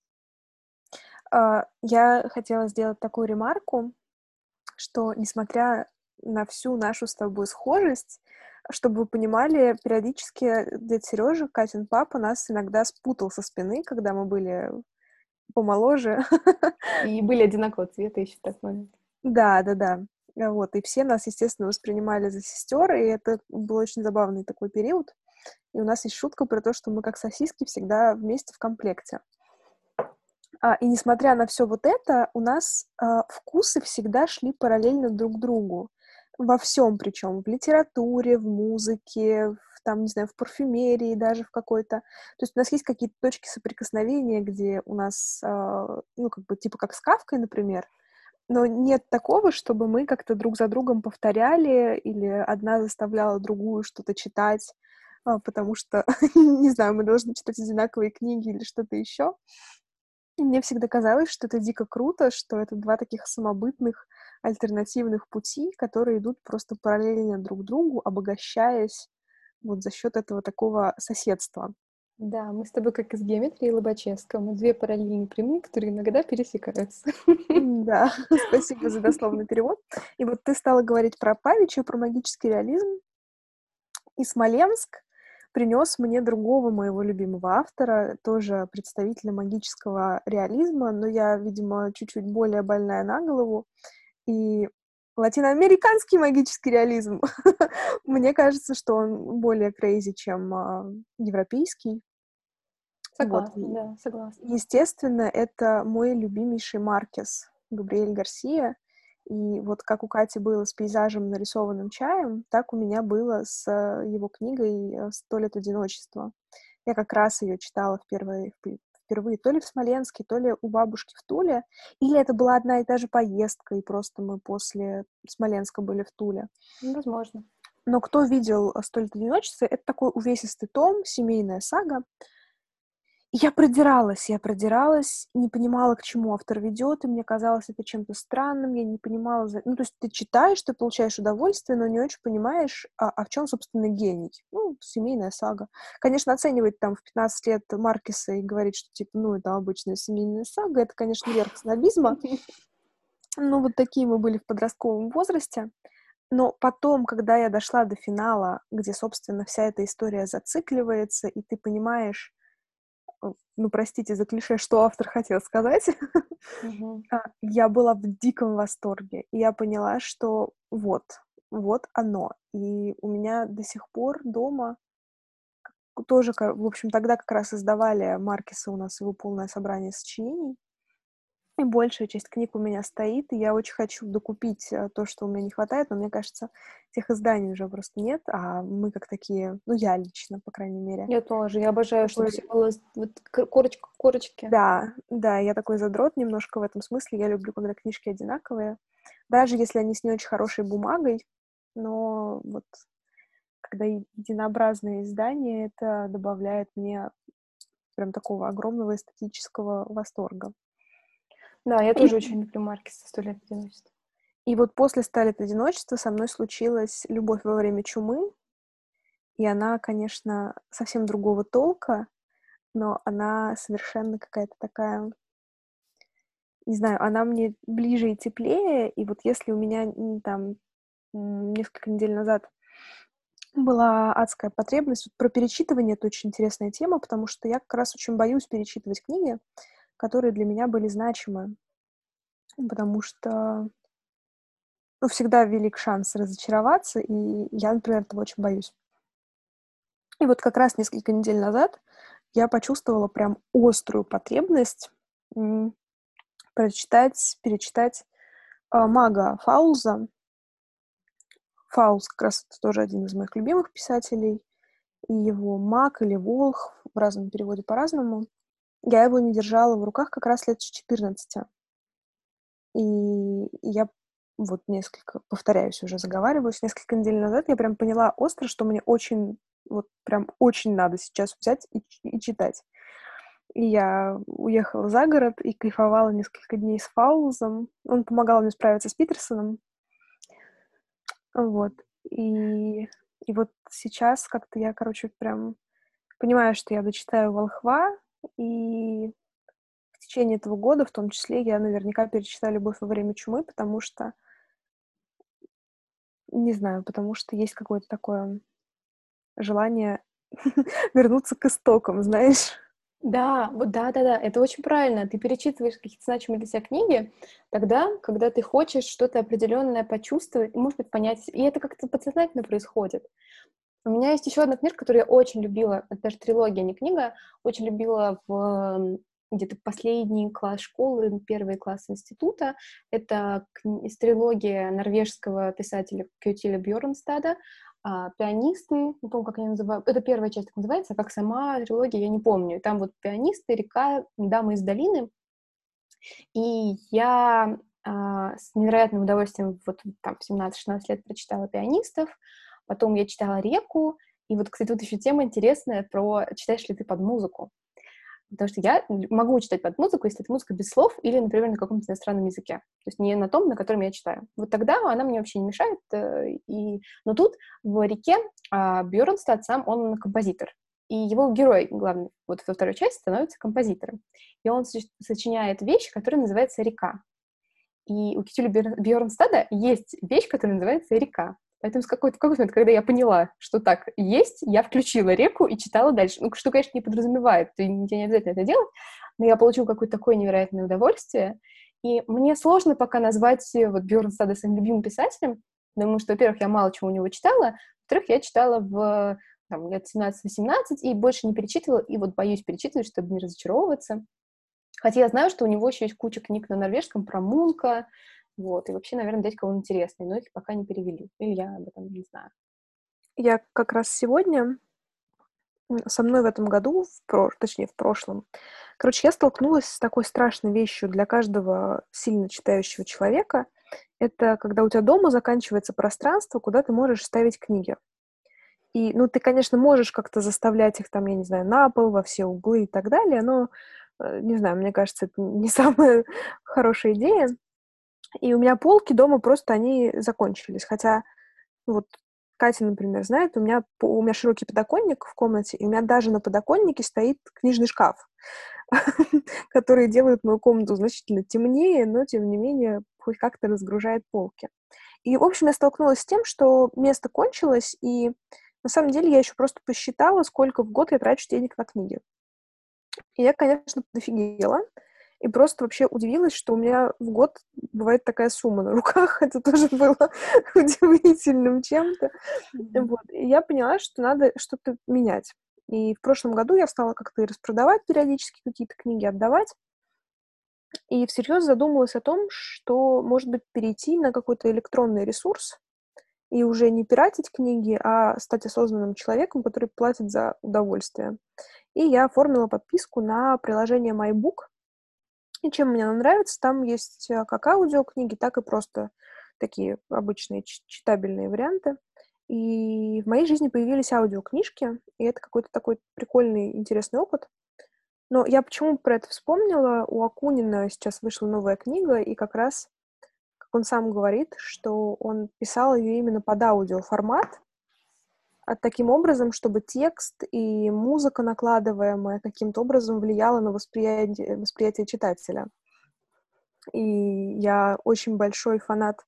А, Я хотела сделать такую ремарку, что, несмотря на всю нашу с тобой схожесть, чтобы вы понимали, периодически дядя Сережа, Катин папа, нас иногда спутал со спины, когда мы были помоложе. И были одинакового цвета еще в тот момент. Да, да, да. А Вот, и все нас, естественно, воспринимали за сестер, и это был очень забавный такой период. И у нас есть шутка про то, что мы как сосиски всегда вместе в комплекте. А, и несмотря на все вот это, у нас а, вкусы всегда шли параллельно друг другу. Во всем причем. В литературе, в музыке, в, там, не знаю, в парфюмерии даже в какой-то. То есть у нас есть какие-то точки соприкосновения, где у нас, а, ну, как бы, типа как с Кафкой, например, но нет такого, чтобы мы как-то друг за другом повторяли или одна заставляла другую что-то читать, а, потому что, не знаю, мы должны читать одинаковые книги или что-то еще. И мне всегда казалось, что это дико круто, что это два таких самобытных альтернативных пути, которые идут просто параллельно друг другу, обогащаясь вот за счет этого такого соседства. Да, мы с тобой как из геометрии Лобачевского. Мы две параллельные прямые, которые иногда пересекаются. Да, спасибо за дословный перевод. И вот ты стала говорить про Павича, про магический реализм, и Смоленск принес мне другого моего любимого автора, тоже представителя магического реализма, но я, видимо, чуть-чуть более больная на голову. И латиноамериканский магический реализм, мне кажется, что он более крейзи, чем а, европейский. Вот. Согласна, И, да, согласна. естественно, это мой любимейший Маркес, Габриэль Гарсия. И вот как у Кати было с пейзажем, нарисованным чаем, так у меня было с э, его книгой э, «Сто лет одиночества». Я как раз ее читала впервые, впе- впервые то ли в Смоленске, то ли у бабушки в Туле, или это была одна и та же поездка, и просто мы после Смоленска были в Туле. Ну, возможно. Но кто видел «Сто лет одиночества», это такой увесистый том, семейная сага. И я продиралась, я продиралась, не понимала, к чему автор ведет, и мне казалось это чем-то странным, я не понимала... за- Ну, то есть ты читаешь, ты получаешь удовольствие, но не очень понимаешь, а, а в чем, собственно, гений. Ну, семейная сага. Конечно, оценивать там в пятнадцать лет Маркеса и говорить, что, типа, ну, это обычная семейная сага, это, конечно, верх снобизма. Ну, вот такие мы были в подростковом возрасте. Но потом, когда я дошла до финала, где, собственно, вся эта история зацикливается, и ты понимаешь, э, ну, простите за клише, что автор хотел сказать, Мгм. а, я была в диком восторге. И я поняла, что вот, вот оно. И у меня до сих пор дома тоже, ка- в общем, тогда как раз издавали Маркеса у нас его полное собрание сочинений. И большая часть книг у меня стоит, и я очень хочу докупить э, то, что у меня не хватает, но мне кажется, тех изданий уже просто нет, а мы как такие, ну, я лично, по крайней мере, Я тоже. Я обожаю, чтобы такой, все было с- вот к- корочка к корочке. да, да, я такой задрот немножко в этом смысле, я люблю, когда книжки одинаковые, даже если они с не очень хорошей бумагой, но вот когда е- единообразное издание, это добавляет мне прям такого огромного эстетического восторга. Да, я И, тоже очень люблю Маркеса «Сто лет одиночества». и вот после «Ста лет одиночества» со мной случилась «Любовь во время чумы», и она, конечно, совсем другого толка, но она совершенно какая-то такая, не знаю, она мне ближе и теплее. И вот если у меня м, там м, несколько недель назад была адская потребность, вот про перечитывание это очень интересная тема, потому что я как раз очень боюсь перечитывать книги, которые для меня были значимы, потому что, ну, всегда велик шанс разочароваться, и я, например, этого очень боюсь. И вот как раз несколько недель назад я почувствовала прям острую потребность м, прочитать, перечитать а, Мага Фауза. Фауз как раз это тоже один из моих любимых писателей. И его Маг или Волх в разном переводе по-разному. Я его не держала в руках как раз лет с четырнадцати. И я вот несколько, повторяюсь уже, заговариваюсь, несколько недель назад я прям поняла остро, что мне очень вот прям очень надо сейчас взять и, и читать. И я уехала за город и кайфовала несколько дней с Фаузом. Он помогал мне справиться с Питерсоном. Вот. И, и вот сейчас как-то я, короче, прям понимаю, что я дочитаю «Волхва», и в течение этого года, в том числе, я наверняка перечитаю «Любовь во время чумы», потому что, не знаю, потому что есть какое-то такое желание вернуться к истокам, знаешь. Да, вот да-да-да, это очень правильно. Ты перечитываешь какие-то значимые для себя книги тогда, когда ты хочешь что-то определенное почувствовать, и, может быть, понять. И это как-то подсознательно происходит. У меня есть еще одна книжка, которую я очень любила, это даже трилогия, не книга, очень любила в м, где-то последний класс школы, первый класс института. Это кни- из трилогии норвежского писателя Кютиля Бьорнстада а, «Пианисты», не помню, как они называют, это первая часть так называется, а как сама трилогия, я не помню. Там вот «Пианисты», «Река», «Дамы из долины». И я а, с невероятным удовольствием вот там в семнадцать-шестнадцать лет прочитала «Пианистов», потом я читала «Реку», и вот, кстати, вот еще тема интересная про читаешь ли ты под музыку. Потому что я могу читать под музыку, если это музыка без слов или, например, на каком-то иностранном языке. То есть не на том, на котором я читаю. Вот тогда она мне вообще не мешает. э, И... Но тут в «Реке» а, Бьернстад сам, он композитор. И его герой, главный, вот во второй части, становится композитором. И он соч- сочиняет вещь, которая называется «Река». И у Китюля Бьернстада есть вещь, которая называется «Река». Поэтому с какой-то, в какой-то момент, когда я поняла, что так есть, я включила «Реку» и читала дальше. Ну, что, конечно, не подразумевает, тебе не обязательно это делать, но я получила какое-то такое невероятное удовольствие. И мне сложно пока назвать вот Бьернстада своим любимым писателем, потому что, во-первых, я мало чего у него читала, во-вторых, я читала в там, лет семнадцать-восемнадцать и больше не перечитывала, и вот боюсь перечитывать, чтобы не разочаровываться. Хотя я знаю, что у него еще есть куча книг на норвежском про Мунка, вот, и вообще, наверное, дядька он интересный, но их пока не перевели, или я об этом не знаю. Я как раз сегодня, м, со мной в этом году, в про... точнее, в прошлом, короче, я столкнулась с такой страшной вещью для каждого сильно читающего человека. Это когда у тебя дома заканчивается пространство, куда ты можешь ставить книги. И, ну, ты, конечно, можешь как-то заставлять их там, я не знаю, на пол, во все углы и так далее, но, э, не знаю, мне кажется, это не самая хорошая идея. И у меня полки дома просто, они закончились. Хотя, вот Катя, например, знает, у меня, по- у меня широкий подоконник в комнате, и у меня даже на подоконнике стоит книжный шкаф, который делает мою комнату значительно темнее, но, тем не менее, хоть как-то разгружает полки. И, в общем, я столкнулась с тем, что место кончилось, и на самом деле я еще просто посчитала, сколько в год я трачу денег на книги. И я, конечно, дофигела, и просто вообще удивилась, что у меня в год бывает такая сумма на руках. Это тоже было удивительным чем-то. Мгм. Вот. И я поняла, что надо что-то менять. И в прошлом году я стала как-то и распродавать периодически какие-то книги, отдавать. И всерьез задумалась о том, что, может быть, перейти на какой-то электронный ресурс и уже не пиратить книги, а стать осознанным человеком, который платит за удовольствие. И я оформила подписку на приложение MyBook. И чем мне оно нравится, там есть э, как аудиокниги, так и просто такие обычные ч- читабельные варианты. И в моей жизни появились аудиокнижки, и это какой-то такой прикольный, интересный опыт. Но я почему про это вспомнила? У Акунина сейчас вышла новая книга, и как раз, как он сам говорит, что он писал ее именно под аудиоформат, а таким образом, чтобы текст и музыка, накладываемая, каким-то образом влияла на восприятие, восприятие читателя. И я очень большой фанат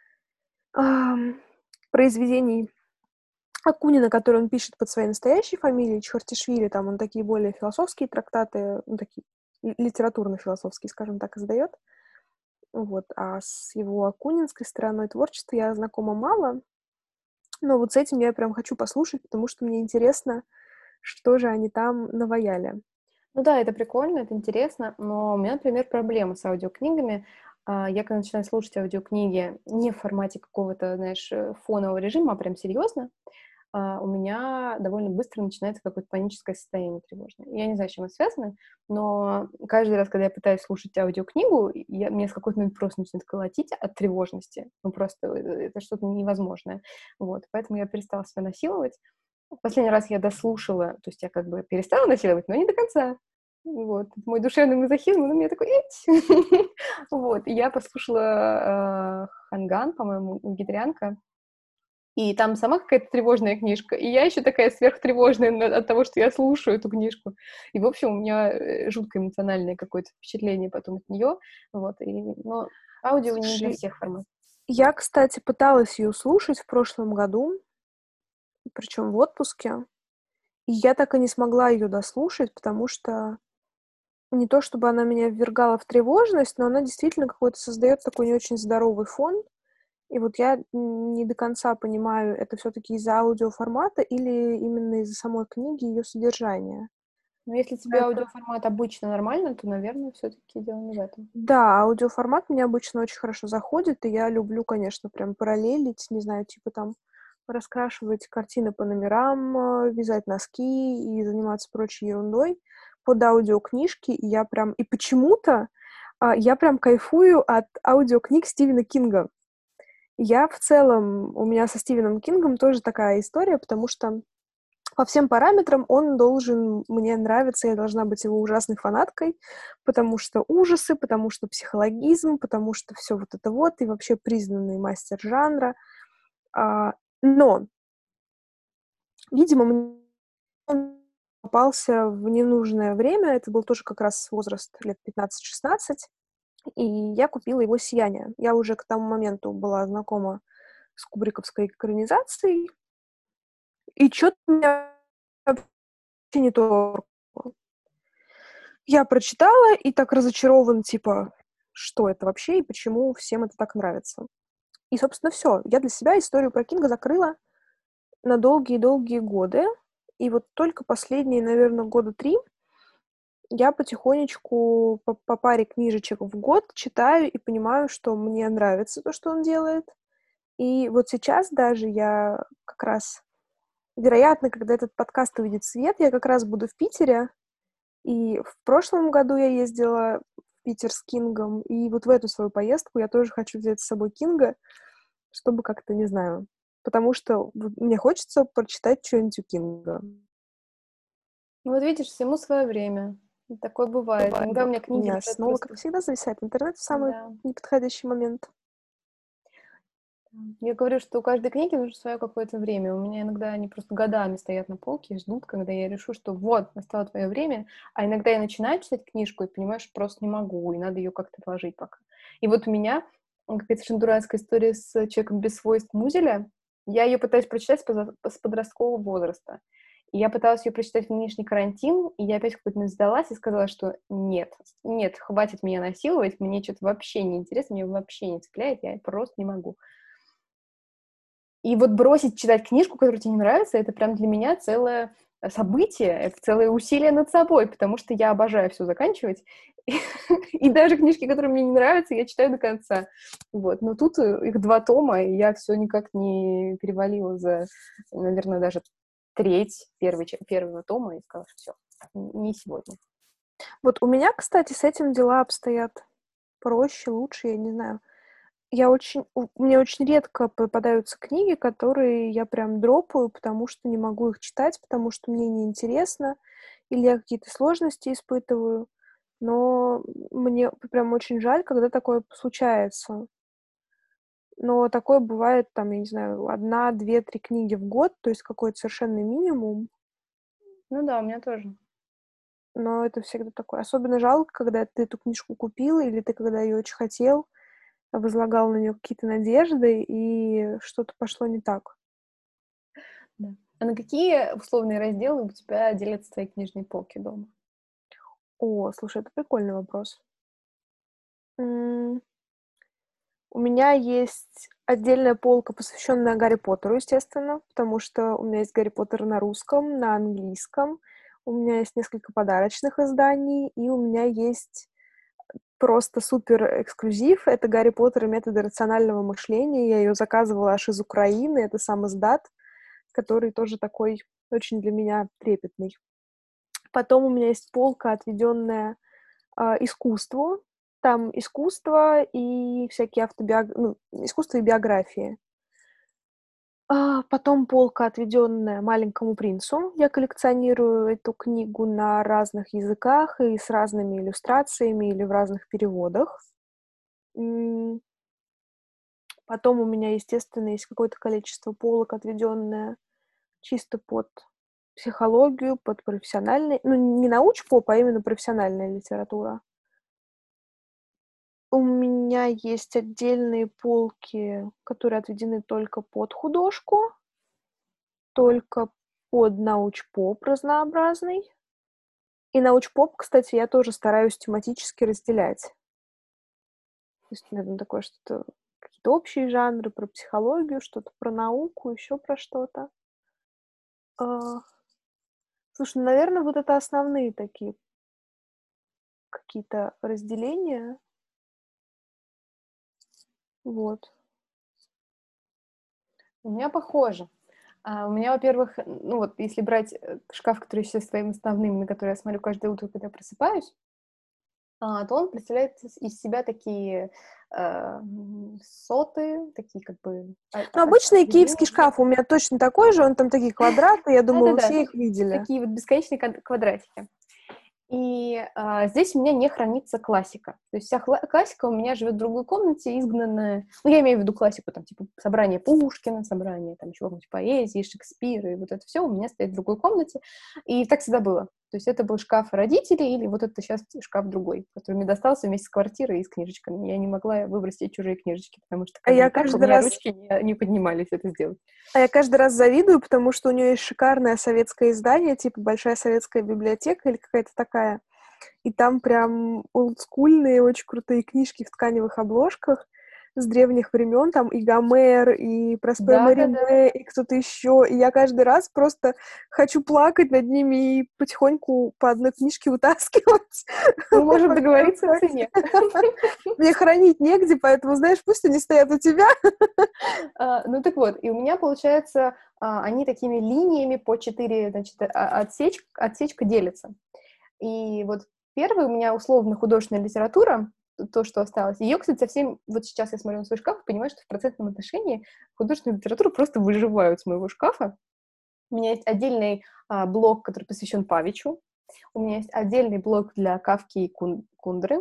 ам, произведений Акунина, которые он пишет под своей настоящей фамилией, Чхартишвили, там он такие более философские трактаты, ну, такие ли- литературно-философские, скажем так, издает. Вот. А с его акунинской стороной творчества я знакома мало, но вот с этим я прям хочу послушать, потому что мне интересно, что же они там наваяли. Ну да, это прикольно, это интересно, но у меня, например, проблема с аудиокнигами. А, Я, когда начинаю слушать аудиокниги не в формате какого-то, знаешь, э, фонового режима, а прям серьезно, а, у меня довольно быстро начинается какое-то паническое состояние тревожное. Я не знаю, с чем это связано, но каждый раз, когда я пытаюсь слушать аудиокнигу, я, меня с какой-то момент просто начинает колотить от тревожности. Ну, просто э, это что-то невозможное. Вот, поэтому я перестала себя насиловать. Последний раз я дослушала, то есть я как бы перестала насиловать, но не до конца. Вот. Мой душевный мазохизм, он у меня такой, эть. Вот. И я послушала э, Ханган, по-моему, у Гидрянка. И там сама какая-то тревожная книжка, и я еще такая сверхтревожная на- от того, что я слушаю эту книжку. И, в общем, у меня э, жутко эмоциональное какое-то впечатление потом от нее. Вот. И, но аудио не для Слушай, всех формат. я, кстати, пыталась ее слушать в прошлом году, причем в отпуске, и я так и не смогла ее дослушать, потому что не то чтобы она меня ввергала в тревожность, но она действительно какой-то создает такой не очень здоровый фон. И вот я не до конца понимаю, это все-таки из-за аудиоформата или именно из-за самой книги и ее содержания. Но если тебе Это... аудиоформат обычно нормально, то, наверное, все-таки дело не в этом. Да, аудиоформат мне обычно очень хорошо заходит, и я люблю, конечно, прям параллелить, не знаю, типа там раскрашивать картины по номерам, э, вязать носки и заниматься прочей ерундой под аудиокнижки, и я прям... И почему-то а, я прям кайфую от аудиокниг Стивена Кинга. Я в целом, у меня со Стивеном Кингом тоже такая история, потому что по всем параметрам он должен мне нравиться, я должна быть его ужасной фанаткой, потому что ужасы, потому что психологизм, потому что все вот это вот, и вообще признанный мастер жанра. А, но, видимо, мне он попался в ненужное время, это был тоже как раз возраст лет пятнадцать-шестнадцать, и я купила его «Сияние». Я уже к тому моменту была знакома с кубриковской экранизацией, и чё-то меня вообще не торкнуло. Я прочитала и так разочарована, типа, что это вообще и почему всем это так нравится. И, собственно, все. Я для себя историю про Кинга закрыла на долгие-долгие годы. И вот только последние, наверное, года три я потихонечку по, по паре книжечек в год читаю и понимаю, что мне нравится то, что он делает. И вот сейчас даже я как раз, вероятно, когда этот подкаст увидит свет, я как раз буду в Питере. И в прошлом году я ездила в Питер с Кингом, и вот в эту свою поездку я тоже хочу взять с собой Кинга, чтобы как-то, не знаю, потому что вот мне хочется прочитать что-нибудь у Кинга. Ну вот видишь, всему свое время. И такое бывает. Иногда у Вот меня у книги меня лежат снова, как просто... всегда, зависает интернет в самый Да. неподходящий момент. Я говорю, что у каждой книги нужно свое какое-то время. У меня иногда они просто годами стоят на полке и ждут, когда я решу, что вот, настало твое время. А иногда я начинаю читать книжку и понимаю, что просто не могу, и надо ее как-то отложить пока. И вот у меня какая-то совершенно дурацкая история с «Человеком без свойств» Музеля. Я ее пытаюсь прочитать с поза- с подросткового возраста. И я пыталась ее прочитать в нынешний карантин, и я опять в какой-то момент сдалась и сказала, что нет, нет, хватит меня насиловать, мне что-то вообще не интересно, мне вообще не цепляет, я просто не могу. И вот бросить читать книжку, которая тебе не нравится, это прям для меня целое событие, это целое усилие над собой, потому что я обожаю все заканчивать. И даже книжки, которые мне не нравятся, я читаю до конца. Вот. Но тут э, их два тома, и я все никак не перевалила за, наверное, даже треть первой, ча- первого тома и сказала, что все, не сегодня. Вот у меня, кстати, с этим дела обстоят проще, лучше, я не знаю. Я очень, у- мне очень редко попадаются книги, которые я прям дропаю, потому что не могу их читать, потому что мне неинтересно, или я какие-то сложности испытываю. Но мне прям очень жаль, когда такое случается. Но такое бывает, там, я не знаю, одна, две, три книги в год, то есть какой-то совершенный минимум. Ну да, у меня тоже. Но это всегда такое. Особенно жалко, когда ты эту книжку купил, или ты когда ее очень хотел, возлагал на нее какие-то надежды, и что-то пошло не так. Да. А на какие условные разделы у тебя делятся твои книжные полки дома? О, слушай, это прикольный вопрос. М, У меня есть отдельная полка, посвященная Гарри Поттеру, естественно, потому что у меня есть Гарри Поттер на русском, на английском, у меня есть несколько подарочных изданий, и у меня есть просто супер эксклюзив. Это «Гарри Поттер и методы рационального мышления». Я ее заказывала аж из Украины. Это сам издат, который тоже такой очень для меня трепетный. Потом у меня есть полка, отведенная а, искусству. Там искусство и всякие автобиографии, ну, искусство и биографии. А, потом полка, отведенная «Маленькому принцу». Я коллекционирую эту книгу на разных языках и с разными иллюстрациями или в разных переводах. М, Потом у меня, естественно, есть какое-то количество полок, отведенное чисто под психологию, под профессиональный, ну, не научпоп, а именно профессиональная литература. У меня есть отдельные полки, которые отведены только под художку, только под научпоп разнообразный. И научпоп, кстати, я тоже стараюсь тематически разделять. То есть у меня там такое что-то, какие-то общие жанры про психологию, что-то про науку, еще про что-то. А, Слушай, ну, наверное, вот это основные такие какие-то разделения. Вот. У меня похоже. А, у меня, во-первых, ну вот, если брать э, шкаф, который я считаю своим основным, на который я смотрю каждое утро, когда просыпаюсь, а, то он представляет из из себя такие э, м, соты, такие как бы а- Ну, а- обычный киевский отделения. шкаф у меня точно такой же, он там такие квадраты, я думаю, вы Да-да-да, все их видели. такие вот бесконечные квад- квадратики. И а, здесь у меня не хранится классика. То есть вся хла- классика у меня живет в другой комнате, изгнанная. Ну, я имею в виду классику, там, типа, собрание Пушкина, собрание, там, чего-нибудь поэзии, Шекспира, и вот это все у меня стоит в другой комнате. И так всегда было. То есть это был шкаф родителей, или вот это сейчас шкаф другой, который мне достался вместе с квартирой и с книжечками. Я не могла выбросить чужие книжечки, потому что А как я бы так у каждый меня раз, ручки не, не поднимались это сделать. а я каждый раз завидую, потому что у нее есть шикарное советское издание, типа «Большая советская библиотека» или какая-то такая. И там прям олдскульные, очень крутые книжки в тканевых обложках с древних времен, там и Гомер, и Проспер Да-да-да. Марине, и кто-то еще. И я каждый раз просто хочу плакать над ними и потихоньку по одной книжке вытаскивать. Мы можем договориться о цене. Мне хранить негде, поэтому, знаешь, пусть они стоят у тебя. А, ну так вот, и у меня, получается, а, они такими линиями по четыре, значит, а- отсеч, отсечка делятся. И вот первый у меня условно художественная литература, то, что осталось. Ее, кстати, совсем... Вот сейчас я смотрю на свой шкаф и понимаю, что в процентном отношении художественную литературу просто выживают с моего шкафа. У меня есть отдельный а, блок, который посвящен Павичу. У меня есть отдельный блок для Кавки и Кун- Кундры.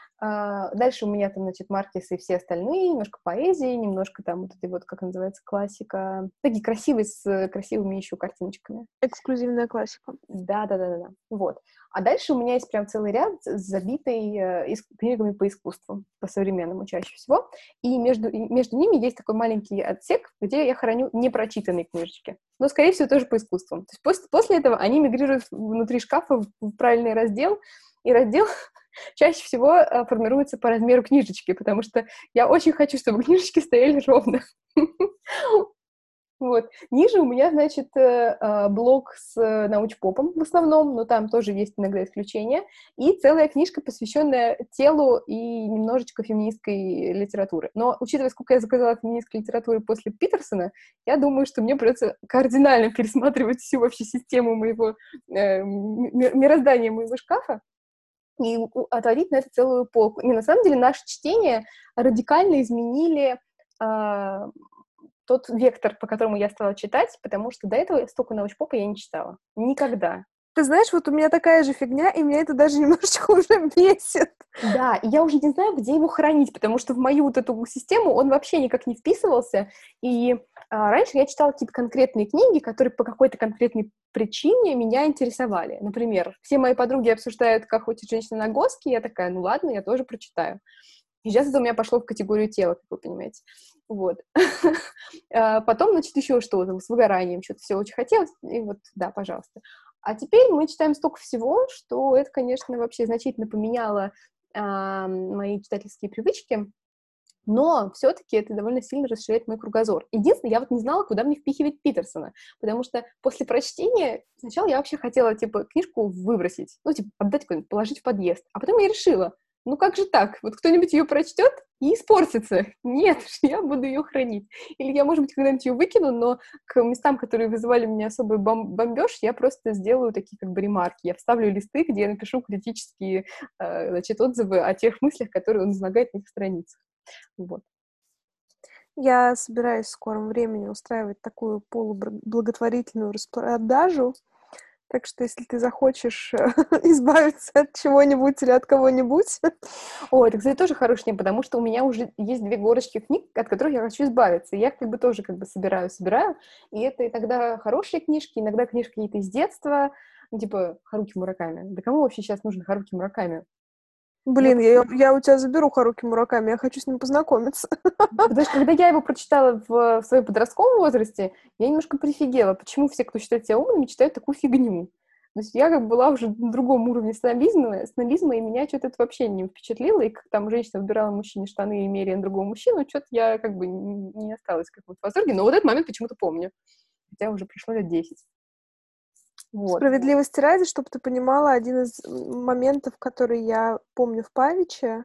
А, дальше у меня там, значит, Маркес и все остальные, немножко поэзии, немножко там вот этой вот, как называется, классика. Такие красивые, с э, красивыми еще картиночками. Эксклюзивная классика. Да-да-да-да, вот. А дальше у меня есть прям целый ряд, з- забитый э, ис- книгами по искусству, по современному чаще всего. И между, и между ними есть такой маленький отсек, где я храню непрочитанные книжечки. Но, скорее всего, тоже по искусству. То есть после, после этого они мигрируют внутри шкафа в в правильный раздел, и раздел чаще всего э, формируется по размеру книжечки, потому что я очень хочу, чтобы книжечки стояли ровно. Вот. Ниже у меня, значит, э, э, блок с э, научпопом в основном, но там тоже есть иногда исключения, и целая книжка, посвященная телу и немножечко феминистской литературы. Но, учитывая, сколько я заказала феминистской литературы после Питерсона, я думаю, что мне придется кардинально пересматривать всю вообще систему моего э, м- мироздания моего шкафа и у- отводить на это целую полку. И на самом деле наши чтения радикально изменили а, тот вектор, по которому я стала читать, потому что до этого столько научпопа я не читала. Никогда. Ты знаешь, вот у меня такая же фигня, и меня это даже немножечко уже бесит. Да, и я уже не знаю, где его хранить, потому что в мою вот эту систему он вообще никак не вписывался. И а, раньше я читала какие-то конкретные книги, которые по какой-то конкретной причине меня интересовали. Например, все мои подруги обсуждают, как хочет женщина на Госки, я такая, ну ладно, я тоже прочитаю. И сейчас это у меня пошло в категорию тела, как вы понимаете. Вот. А потом, значит, еще что-то с выгоранием, что-то все очень хотелось, и вот, да, пожалуйста. А теперь мы читаем столько всего, что это, конечно, вообще значительно поменяло а, мои читательские привычки, но все-таки это довольно сильно расширяет мой кругозор. Единственное, я вот не знала, куда мне впихивать Питерсона, потому что после прочтения сначала я вообще хотела, типа, книжку выбросить, ну, типа, отдать куда-нибудь, положить в подъезд, а потом я решила, ну как же так? Вот кто-нибудь ее прочтет и испортится. Нет, я буду ее хранить. Или я, может быть, когда-нибудь ее выкину, но к местам, которые вызывали у меня особый бом- бомбеж, я просто сделаю такие как бы ремарки. Я вставлю листы, где я напишу критические э, значит, отзывы о тех мыслях, которые он излагает на этих страницах. Вот. Я собираюсь в скором времени устраивать такую полублаготворительную распродажу. Так что, если ты захочешь избавиться от чего-нибудь или от кого-нибудь... О, это, кстати, тоже хорошая тема, потому что у меня уже есть две горочки книг, от которых я хочу избавиться. И я как бы тоже как бы собираю, собираю. И это иногда хорошие книжки, иногда книжки какие-то из детства, ну, типа Харуки Мураками. Да кому вообще сейчас нужен Харуки Мураками? Я Блин, я, я у тебя заберу Харуки Мураками, я хочу с ним познакомиться. Потому что когда я его прочитала в, в своем подростковом возрасте, я немножко прифигела, почему все, кто считает себя умными, читают такую фигню. То есть я как бы была уже на другом уровне снобизма, снобизма, и меня что-то это вообще не впечатлило, и как там женщина выбирала мужчине штаны и меряя на другого мужчину, что-то я как бы не, не осталась в каком-то восторге, но вот этот момент почему-то помню, хотя уже прошло лет десять. Вот. Справедливости ради, чтобы ты понимала, один из моментов, который я помню в Павиче,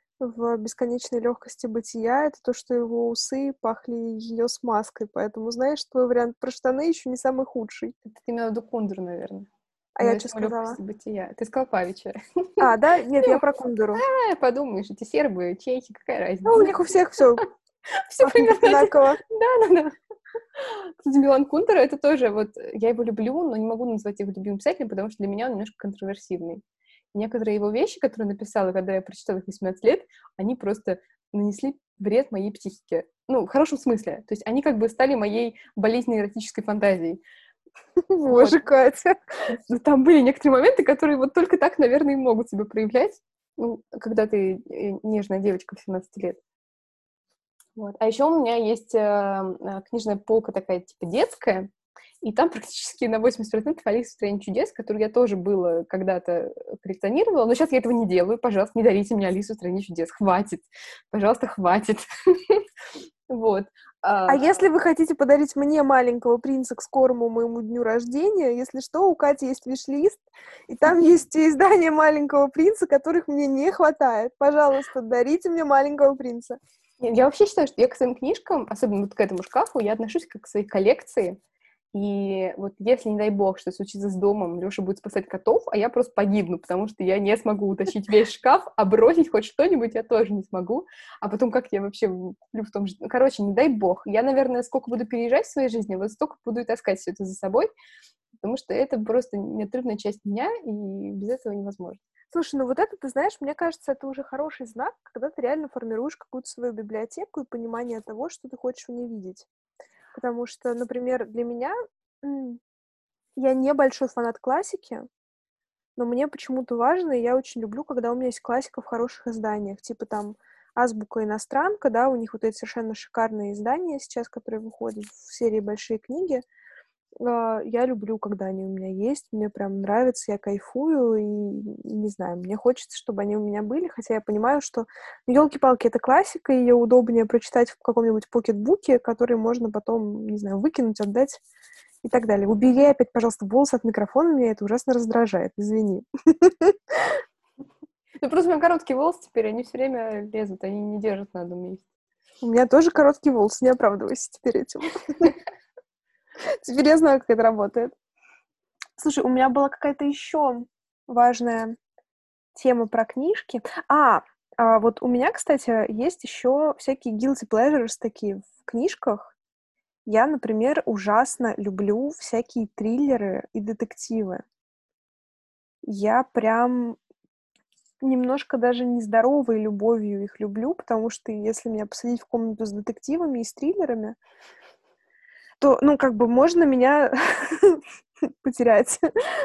в «Бесконечной легкости бытия», это то, что его усы пахли ее смазкой. Поэтому, знаешь, твой вариант про штаны еще не самый худший. Это ты имела в виду Кундуру, наверное. А я что сказала? Бытия. Ты сказала Павича. А, да? Нет, я про Кундуру. А, подумаешь, эти сербы, чехи, какая разница? Ну, у них у всех все Все примерно одинаково. Да-да-да. Кстати, Милан Кундера — это тоже, вот, я его люблю, но не могу назвать его любимым писателем, потому что для меня он немножко контроверсивный. Некоторые его вещи, которые он написал, когда я прочитала их в восемнадцать лет, они просто нанесли вред моей психике. Ну, в хорошем смысле. То есть они как бы стали моей болезненной эротической фантазией. Боже, Катя. Там были некоторые моменты, которые вот только так, наверное, и могут себя проявлять, ну, когда ты нежная девочка в семнадцать лет. Вот. А еще у меня есть э, книжная полка такая, типа, детская, и там практически на восемьдесят процентов «Алиса в стране чудес», которую я тоже было когда-то коллекционировала, но сейчас я этого не делаю. Пожалуйста, не дарите мне «Алису в стране чудес». Хватит. Пожалуйста, хватит. Вот. А если вы хотите подарить мне «Маленького принца» к скорому моему дню рождения, если что, у Кати есть виш-лист, и там есть те издания «Маленького принца», которых мне не хватает. Пожалуйста, дарите мне «Маленького принца». Я вообще считаю, что я к своим книжкам, особенно вот к этому шкафу, я отношусь как к своей коллекции. И вот если, не дай бог, что случится с домом, Лёша будет спасать котов, а я просто погибну, потому что я не смогу утащить весь шкаф, а бросить хоть что-нибудь я тоже не смогу. А потом как я вообще куплю в том же... Короче, не дай бог. Я, наверное, сколько буду переезжать в своей жизни, вот столько буду и таскать все это за собой, потому что это просто неотрывная часть меня, и без этого невозможно. Слушай, ну вот это, ты знаешь, мне кажется, это уже хороший знак, когда ты реально формируешь какую-то свою библиотеку и понимание того, что ты хочешь в ней видеть. Потому что, например, для меня я не большой фанат классики, но мне почему-то важно, и я очень люблю, когда у меня есть классика в хороших изданиях, типа там «Азбука иностранка», да, у них вот эти совершенно шикарные издания сейчас, которые выходят в серии «Большие книги». Я люблю, когда они у меня есть, мне прям нравится, я кайфую, и, не знаю, мне хочется, чтобы они у меня были, хотя я понимаю, что, ну, ёлки-палки, это классика, ее удобнее прочитать в каком-нибудь покетбуке, который можно потом, не знаю, выкинуть, отдать и так далее. Убери опять, пожалуйста, волосы от микрофона, меня это ужасно раздражает, извини. Ну, просто у меня короткие волосы теперь, они все время лезут, они не держат на одном месте. У меня тоже короткие волосы, не оправдывайся теперь этим. Теперь я знаю, как это работает. Слушай, у меня была какая-то еще важная тема про книжки. А, а, вот у меня, кстати, есть еще всякие guilty pleasures такие в книжках. Я, например, ужасно люблю всякие триллеры и детективы. Я прям немножко даже нездоровой любовью их люблю, потому что если меня посадить в комнату с детективами и с триллерами, то, ну, как бы можно меня потерять.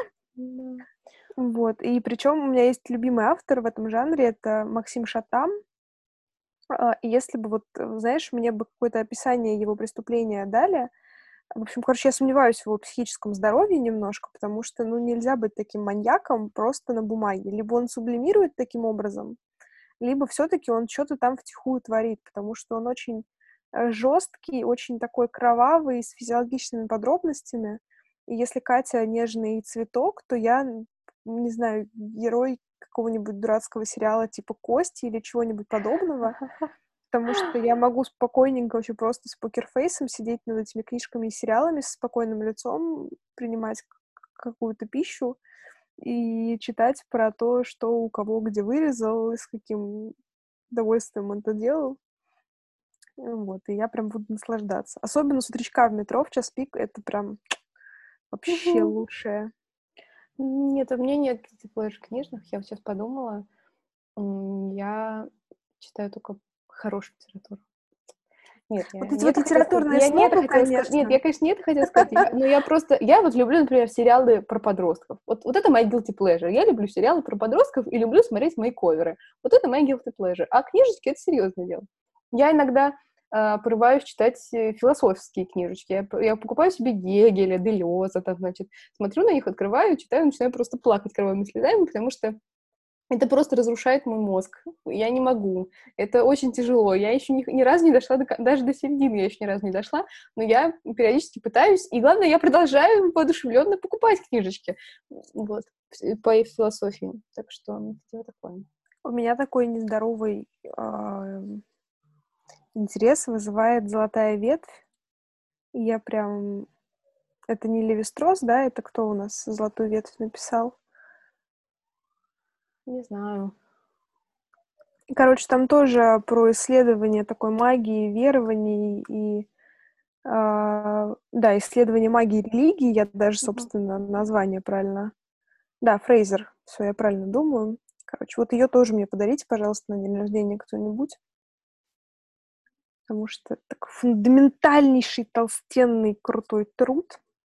Вот. И причем у меня есть любимый автор в этом жанре, это Максим Шатам. И если бы вот, знаешь, мне бы какое-то описание его преступления дали, в общем, короче, я сомневаюсь в его психическом здоровье немножко, потому что, ну, нельзя быть таким маньяком просто на бумаге. Либо он сублимирует таким образом, либо все-таки он что-то там втихую творит, потому что он очень жесткий, очень такой кровавый, с физиологичными подробностями. И если Катя нежный цветок, то я, не знаю, герой какого-нибудь дурацкого сериала типа «Кости» или чего-нибудь подобного, потому что я могу спокойненько вообще просто с покерфейсом сидеть над этими книжками и сериалами с спокойным лицом, принимать какую-то пищу и читать про то, что у кого где вырезал и с каким удовольствием он это делал. Ну вот, и я прям буду наслаждаться. Особенно с утречка в метро в час пик, это прям вообще Мгм. лучшее. Нет, у меня нет pleasure книжных. Я вот сейчас подумала. М, Я читаю только хорошую литературу. Нет, я Вот эти не вот это хотела сказать. литературные Я не это снобы, хотела сказать. Нет, конечно. я, конечно, не это хотела сказать. Я, но я просто... Я вот люблю, например, сериалы про подростков. Вот, вот это мои guilty pleasure. Я люблю сериалы про подростков и люблю смотреть мейковеры. Вот это мои guilty pleasure. А книжечки — это серьезное дело. Я иногда а, порываюсь читать э, философские книжечки. Я, п- я покупаю себе Гегеля, Делеза, там, значит, смотрю на них, открываю, читаю, начинаю просто плакать кровавыми слезами, потому что это просто разрушает мой мозг. Я не могу. Это очень тяжело. Я еще ни, ни разу не дошла, до, кон- даже до середины я еще ни разу не дошла, но я периодически пытаюсь, и главное, я продолжаю воодушевленно покупать книжечки. Вот, в- по философии. Так что ну, это такое. У меня такой нездоровый а, интерес вызывает «Золотая ветвь». И я прям... Это не Леви-Стросс, да? Это кто у нас «Золотую ветвь» написал? Не знаю. И, короче, там тоже про исследование такой магии, верований и... а, да, исследование магии и религии. Я даже, Мгм. собственно, название правильно... Да, Фрейзер. Все, я правильно думаю. Короче, вот ее тоже мне подарите, пожалуйста, на день рождения кто-нибудь. Потому что это такой фундаментальнейший, толстенный, крутой труд.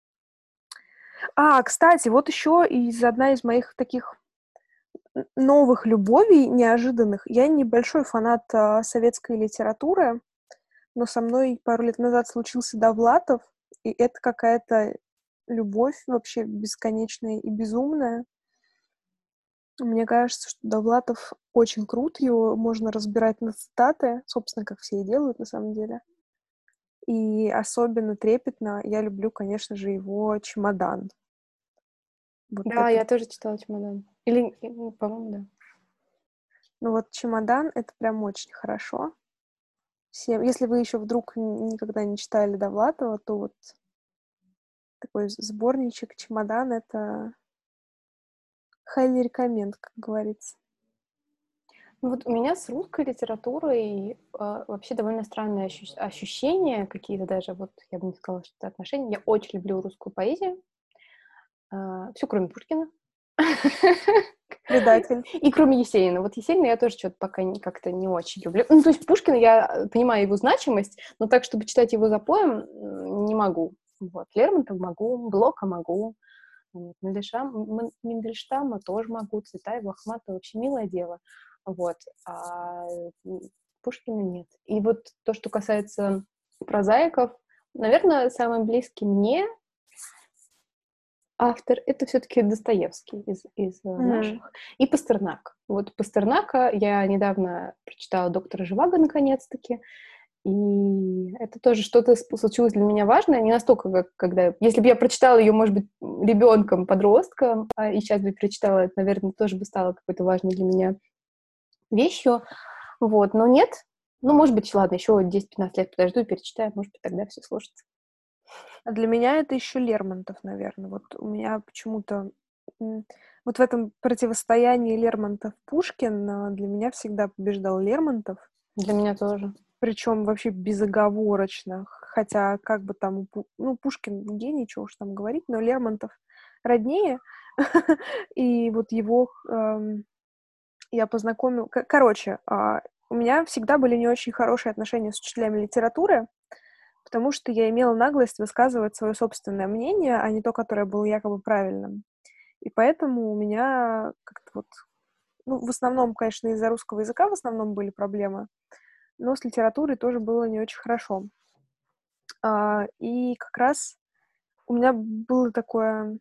А, кстати, вот еще из одна из моих таких н- новых любовей, неожиданных. Я небольшой фанат а, советской литературы, но со мной пару лет назад случился Довлатов, и это какая-то любовь вообще бесконечная и безумная. Мне кажется, что Довлатов очень крут, его можно разбирать на цитаты, собственно, как все и делают на самом деле. И особенно трепетно я люблю, конечно же, его «Чемодан». Вот Да, это, я тоже читала «Чемодан». Или, ну, по-моему, да. ну вот «Чемодан» — это прям очень хорошо. Всем, если вы еще вдруг н- никогда не читали Довлатова, то вот такой с- сборничек «Чемодан» — это highly recommend, как говорится. Ну вот у меня с русской литературой а, вообще довольно странные ощу- ощущения, какие-то даже, вот я бы не сказала, что это отношения. Я очень люблю русскую поэзию, а, всю, кроме Пушкина. Предатель. И кроме Есенина. Вот Есенина я тоже что-то пока не, как-то не очень люблю. Ну, то есть Пушкина я э, понимаю его значимость, но так, чтобы читать его запоем, м, не могу. Вот. Лермонтова могу, Блока могу, вот. Мандельштам, М- Мандельштама тоже могу, Цветаева, Ахматова, вообще милое дело. Вот. А м, Пушкина нет. И вот то, что касается прозаиков, наверное, самый близкий мне автор — это все-таки Достоевский из, из э, Мгм. наших. И Пастернак. Вот Пастернака я недавно прочитала «Доктора Живаго» наконец-таки. И это тоже что-то сп- случилось для меня важное. Не настолько, как когда... Если бы я прочитала ее, может быть, ребенком, подростком, а и сейчас бы прочитала, это, наверное, тоже бы стало какой-то важной для меня вещью. Вот. Но нет. Ну, может быть, ладно, еще десять-пятнадцать лет подожду и перечитаю. Может быть, тогда все сложится. А для меня это еще Лермонтов, наверное. Вот у меня почему-то м, вот в этом противостоянии Лермонтов-Пушкин а, для меня всегда побеждал Лермонтов. Для меня тоже. Причем вообще безоговорочно. Хотя как бы там... у Пу- Ну, Пушкин гений, чего уж там говорить, но Лермонтов роднее. И вот его эм, я познакомил... к- Короче, а, у меня всегда были не очень хорошие отношения с учителями литературы, потому что я имела наглость высказывать свое собственное мнение, а не то, которое было якобы правильным. И поэтому у меня как-то вот... Ну, в основном, конечно, из-за русского языка в основном были проблемы, но с литературой тоже было не очень хорошо. А, и как раз у меня было такое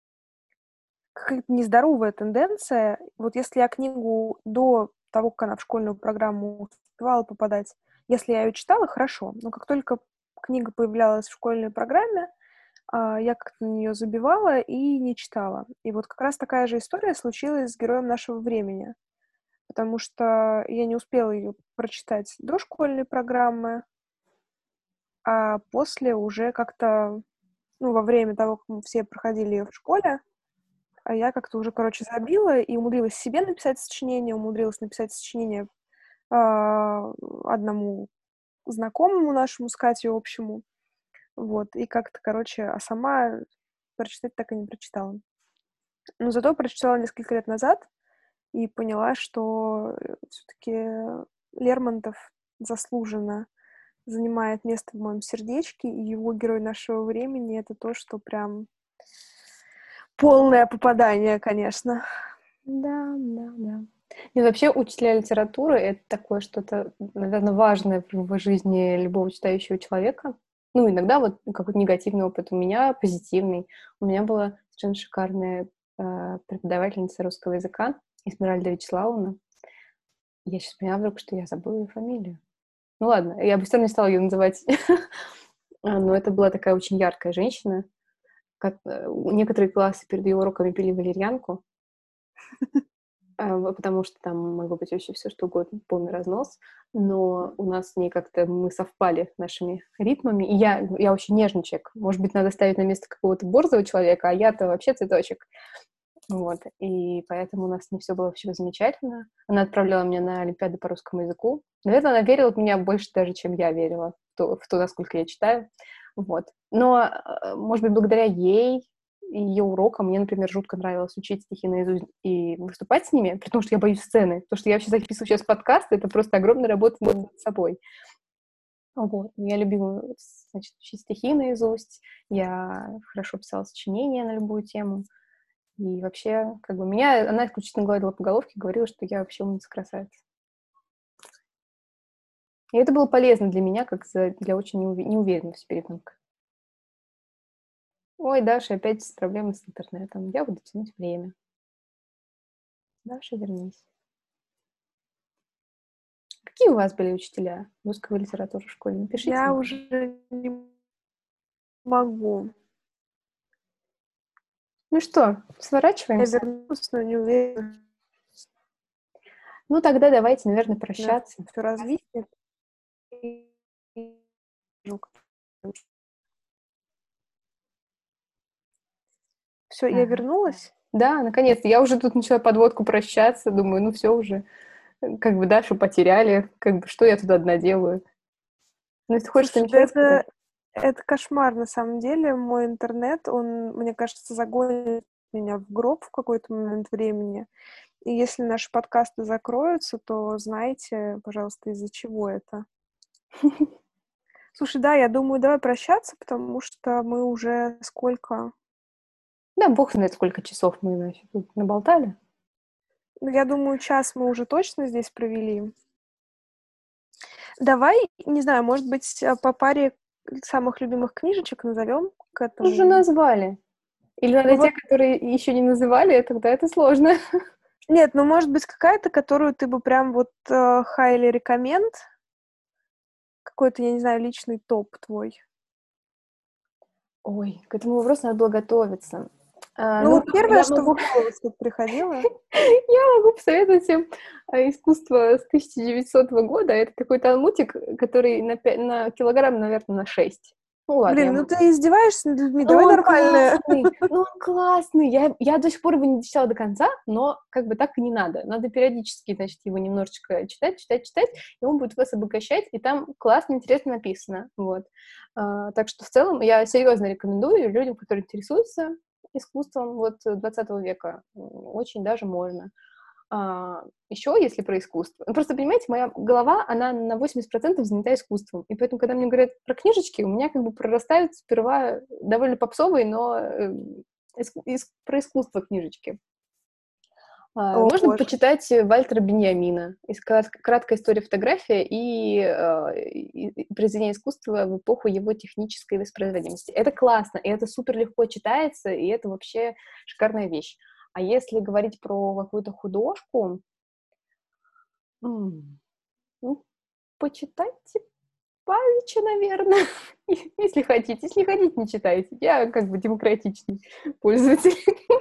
какая-то нездоровая тенденция. Вот если я книгу до того, как она в школьную программу успевала попадать, если я ее читала, хорошо. Но как только книга появлялась в школьной программе, а, я как-то на нее забивала и не читала. И вот как раз такая же история случилась с «Героем нашего времени», потому что я не успела ее прочитать до школьной программы, а после уже как-то, ну, во время того, как мы все проходили ее в школе, а я как-то уже, короче, забила и умудрилась себе написать сочинение, умудрилась написать сочинение а, одному знакомому нашему с Катей общему. Вот, и как-то, короче, а сама прочитать так и не прочитала. Но зато прочитала несколько лет назад и поняла, что все-таки Лермонтов заслуженно занимает место в моем сердечке, и его герой нашего времени — это то, что прям полное попадание, конечно. Да, да, да. И вообще учителя литературы — это такое что-то, наверное, важное в жизни любого читающего человека. Ну, иногда вот какой-то негативный опыт, у меня позитивный. У меня была совершенно шикарная э, преподавательница русского языка Эсмеральда Вячеславовна. Я сейчас поняла вдруг, что я забыла ее фамилию. Ну ладно, я бы все равно не стала ее называть. Но это была такая очень яркая женщина. Как, э, некоторые классы перед ее уроками пили валерьянку, э, потому что там могло быть вообще все что угодно, полный разнос. Но у нас с ней как-то мы совпали нашими ритмами. И я, я очень нежный человек. Может быть, надо ставить на место какого-то борзого человека, а я-то вообще цветочек. Вот. И поэтому у нас не все было вообще замечательно. Она отправляла меня на олимпиаду по русскому языку. Наверное, она верила в меня больше даже, чем я верила в то, в то, насколько я читаю. Вот. Но, может быть, благодаря ей и ее урокам мне, например, жутко нравилось учить стихи наизусть и выступать с ними, потому что я боюсь сцены. Потому что я вообще записываю сейчас подкасты, это просто огромная работа над собой. Вот. Я любила, значит, учить стихи наизусть. Я хорошо писала сочинения на любую тему. И вообще, как бы, меня она исключительно гладила по головке, говорила, что я вообще умница-красавица. И это было полезно для меня, как для очень неуверенного в себе ребенка. Ой, Даша, опять проблемы с интернетом. Я буду тянуть время. Даша, вернись. Какие у вас были учителя русского литературы в школе? Напишите. Я мне. уже не могу. Ну что, сворачиваемся? Я вернусь, но не уверена. Ну, тогда давайте, наверное, прощаться. Все развитие. Все, я вернулась. Да, наконец-то. Я уже тут начала подводку прощаться. Думаю, ну все уже. Как бы Дашу потеряли. Как бы что я тут одна делаю? Ну, если хочешь что-нибудь это, это кошмар, на самом деле. Мой интернет, он, мне кажется, загонит меня в гроб в какой-то момент времени. И если наши подкасты закроются, то знайте, пожалуйста, из-за чего это. Слушай, да, я думаю, давай прощаться, потому что мы уже сколько... Да, бог знает, сколько часов мы, значит, тут наболтали. Ну, я думаю, час мы уже точно здесь провели. Давай, не знаю, может быть, по паре самых любимых книжечек назовем к этому? Уже назвали. Или надо ну, те, вот... которые еще не называли, тогда это сложно. Нет, ну, может быть, какая-то, которую ты бы прям вот uh, highly recommend? Какой-то, я не знаю, личный топ твой. Ой, к этому вопросу надо было готовиться. А, ну, ну, вот первое, что могу... в голову приходило. Я могу посоветовать всем искусство с тысяча девятисотого года. Это такой талмудик, который на, пять, на килограмм, наверное, на шесть. Ну, ладно, Блин, ну могу... ты издеваешься над людьми, ну, давай нормально. Классный, ну, он классный. Я, я до сих пор его не читала до конца, но как бы так и не надо. Надо периодически, значит, его немножечко читать, читать, читать, и он будет вас обогащать, и там классно, интересно написано. Вот. А, так что в целом я серьезно рекомендую людям, которые интересуются искусством вот двадцатого века. Очень даже можно. А, еще, если про искусство... Ну, просто, понимаете, моя голова, она на восемьдесят процентов занята искусством. И поэтому, когда мне говорят про книжечки, у меня как бы прорастают сперва довольно попсовые, но э, иск... Иск... про искусство книжечки. А, О, можно Боже. почитать Вальтера Беньямина. Краткая история фотография и, э, и произведение искусства в эпоху его технической воспроизводимости. Это классно, и это супер легко читается, и это вообще шикарная вещь. А если говорить про какую-то художку, м- ну, почитайте Павича, наверное, если хотите. Если не хотите, не читайте. Я как бы демократичный пользователь.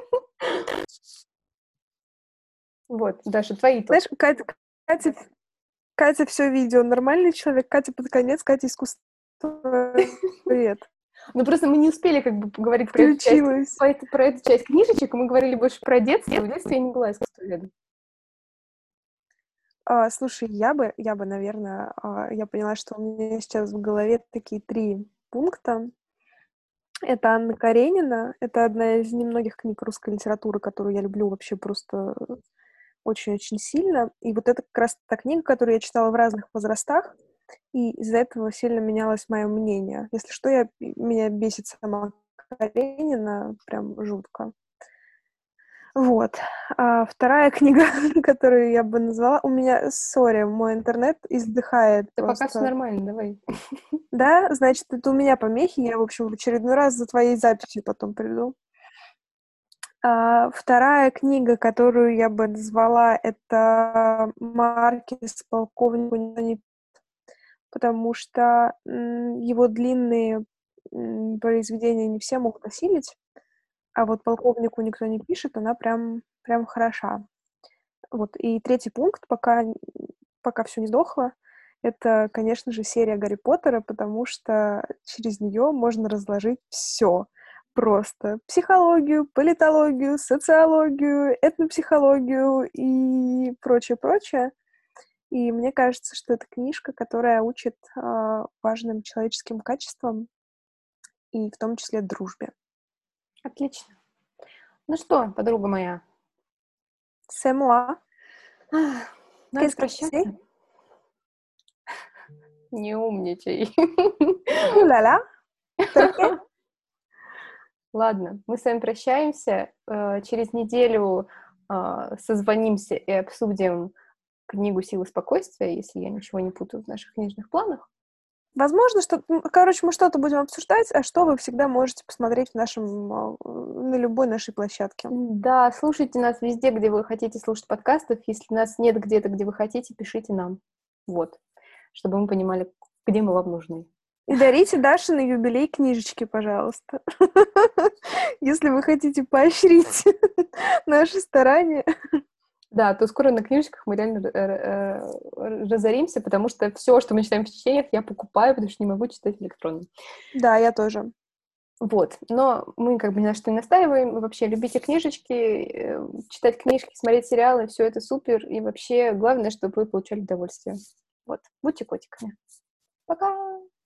Вот, Даша, твои. Знаешь, Катя, Катя, Катя все видео, нормальный человек, Катя под конец, Катя искусство. Привет. Ну, просто мы не успели как бы поговорить про эту, часть, про, эту, про эту часть книжечек, мы говорили больше про детство. В детстве я не была искусствоведом. А, слушай, я бы, я бы, наверное, а, я поняла, что у меня сейчас в голове такие три пункта. Это Анна Каренина. Это одна из немногих книг русской литературы, которую я люблю вообще просто очень-очень сильно. И вот это как раз та книга, которую я читала в разных возрастах, и из-за этого сильно менялось мое мнение. Если что, я, меня бесит сама Каренина прям жутко. Вот. А вторая книга, которую я бы назвала... У меня, сори, мой интернет издыхает Да просто. пока все нормально, давай. Да? Значит, это у меня помехи. Я, в общем, в очередной раз за твоей записью потом приду. А, вторая книга, которую я бы назвала, это «Маркес полковнику никто не...», потому что м, его длинные м, произведения не все могут осилить, а вот «Полковнику никто не пишет», она прям, прям хороша. Вот. И третий пункт, пока, пока все не сдохло, это, конечно же, серия Гарри Поттера, потому что через нее можно разложить все. Просто психологию, политологию, социологию, этнопсихологию и прочее-прочее. И мне кажется, что это книжка, которая учит э, важным человеческим качествам, и в том числе дружбе. Отлично. Ну что, подруга моя? C'est moi. Надо Qu'est-ce que tu sais? прощаться. Не умничай. Уля-ля. Перке? Ладно, мы с вами прощаемся. Э, Через неделю э, созвонимся и обсудим книгу «Силы спокойствия», если я ничего не путаю в наших книжных планах. Возможно, что... ну, короче, мы что-то будем обсуждать, а что вы всегда можете посмотреть в нашем... э, на любой нашей площадке. Да, слушайте нас везде, где вы хотите слушать подкастов. Если нас нет где-то, где вы хотите, пишите нам. Вот. Чтобы мы понимали, где мы вам нужны. И дарите Даше на юбилей книжечки, пожалуйста. Если вы хотите поощрить наши старания. Да, то скоро на книжечках мы реально э, э, разоримся, потому что все, что мы читаем в чтениях, я покупаю, потому что не могу читать электронно. Да, я тоже. Вот, но мы как бы ни на что не настаиваем. Вы вообще любите книжечки, э, читать книжки, смотреть сериалы, все это супер. И вообще главное, чтобы вы получали удовольствие. Вот, будьте котиками. Пока!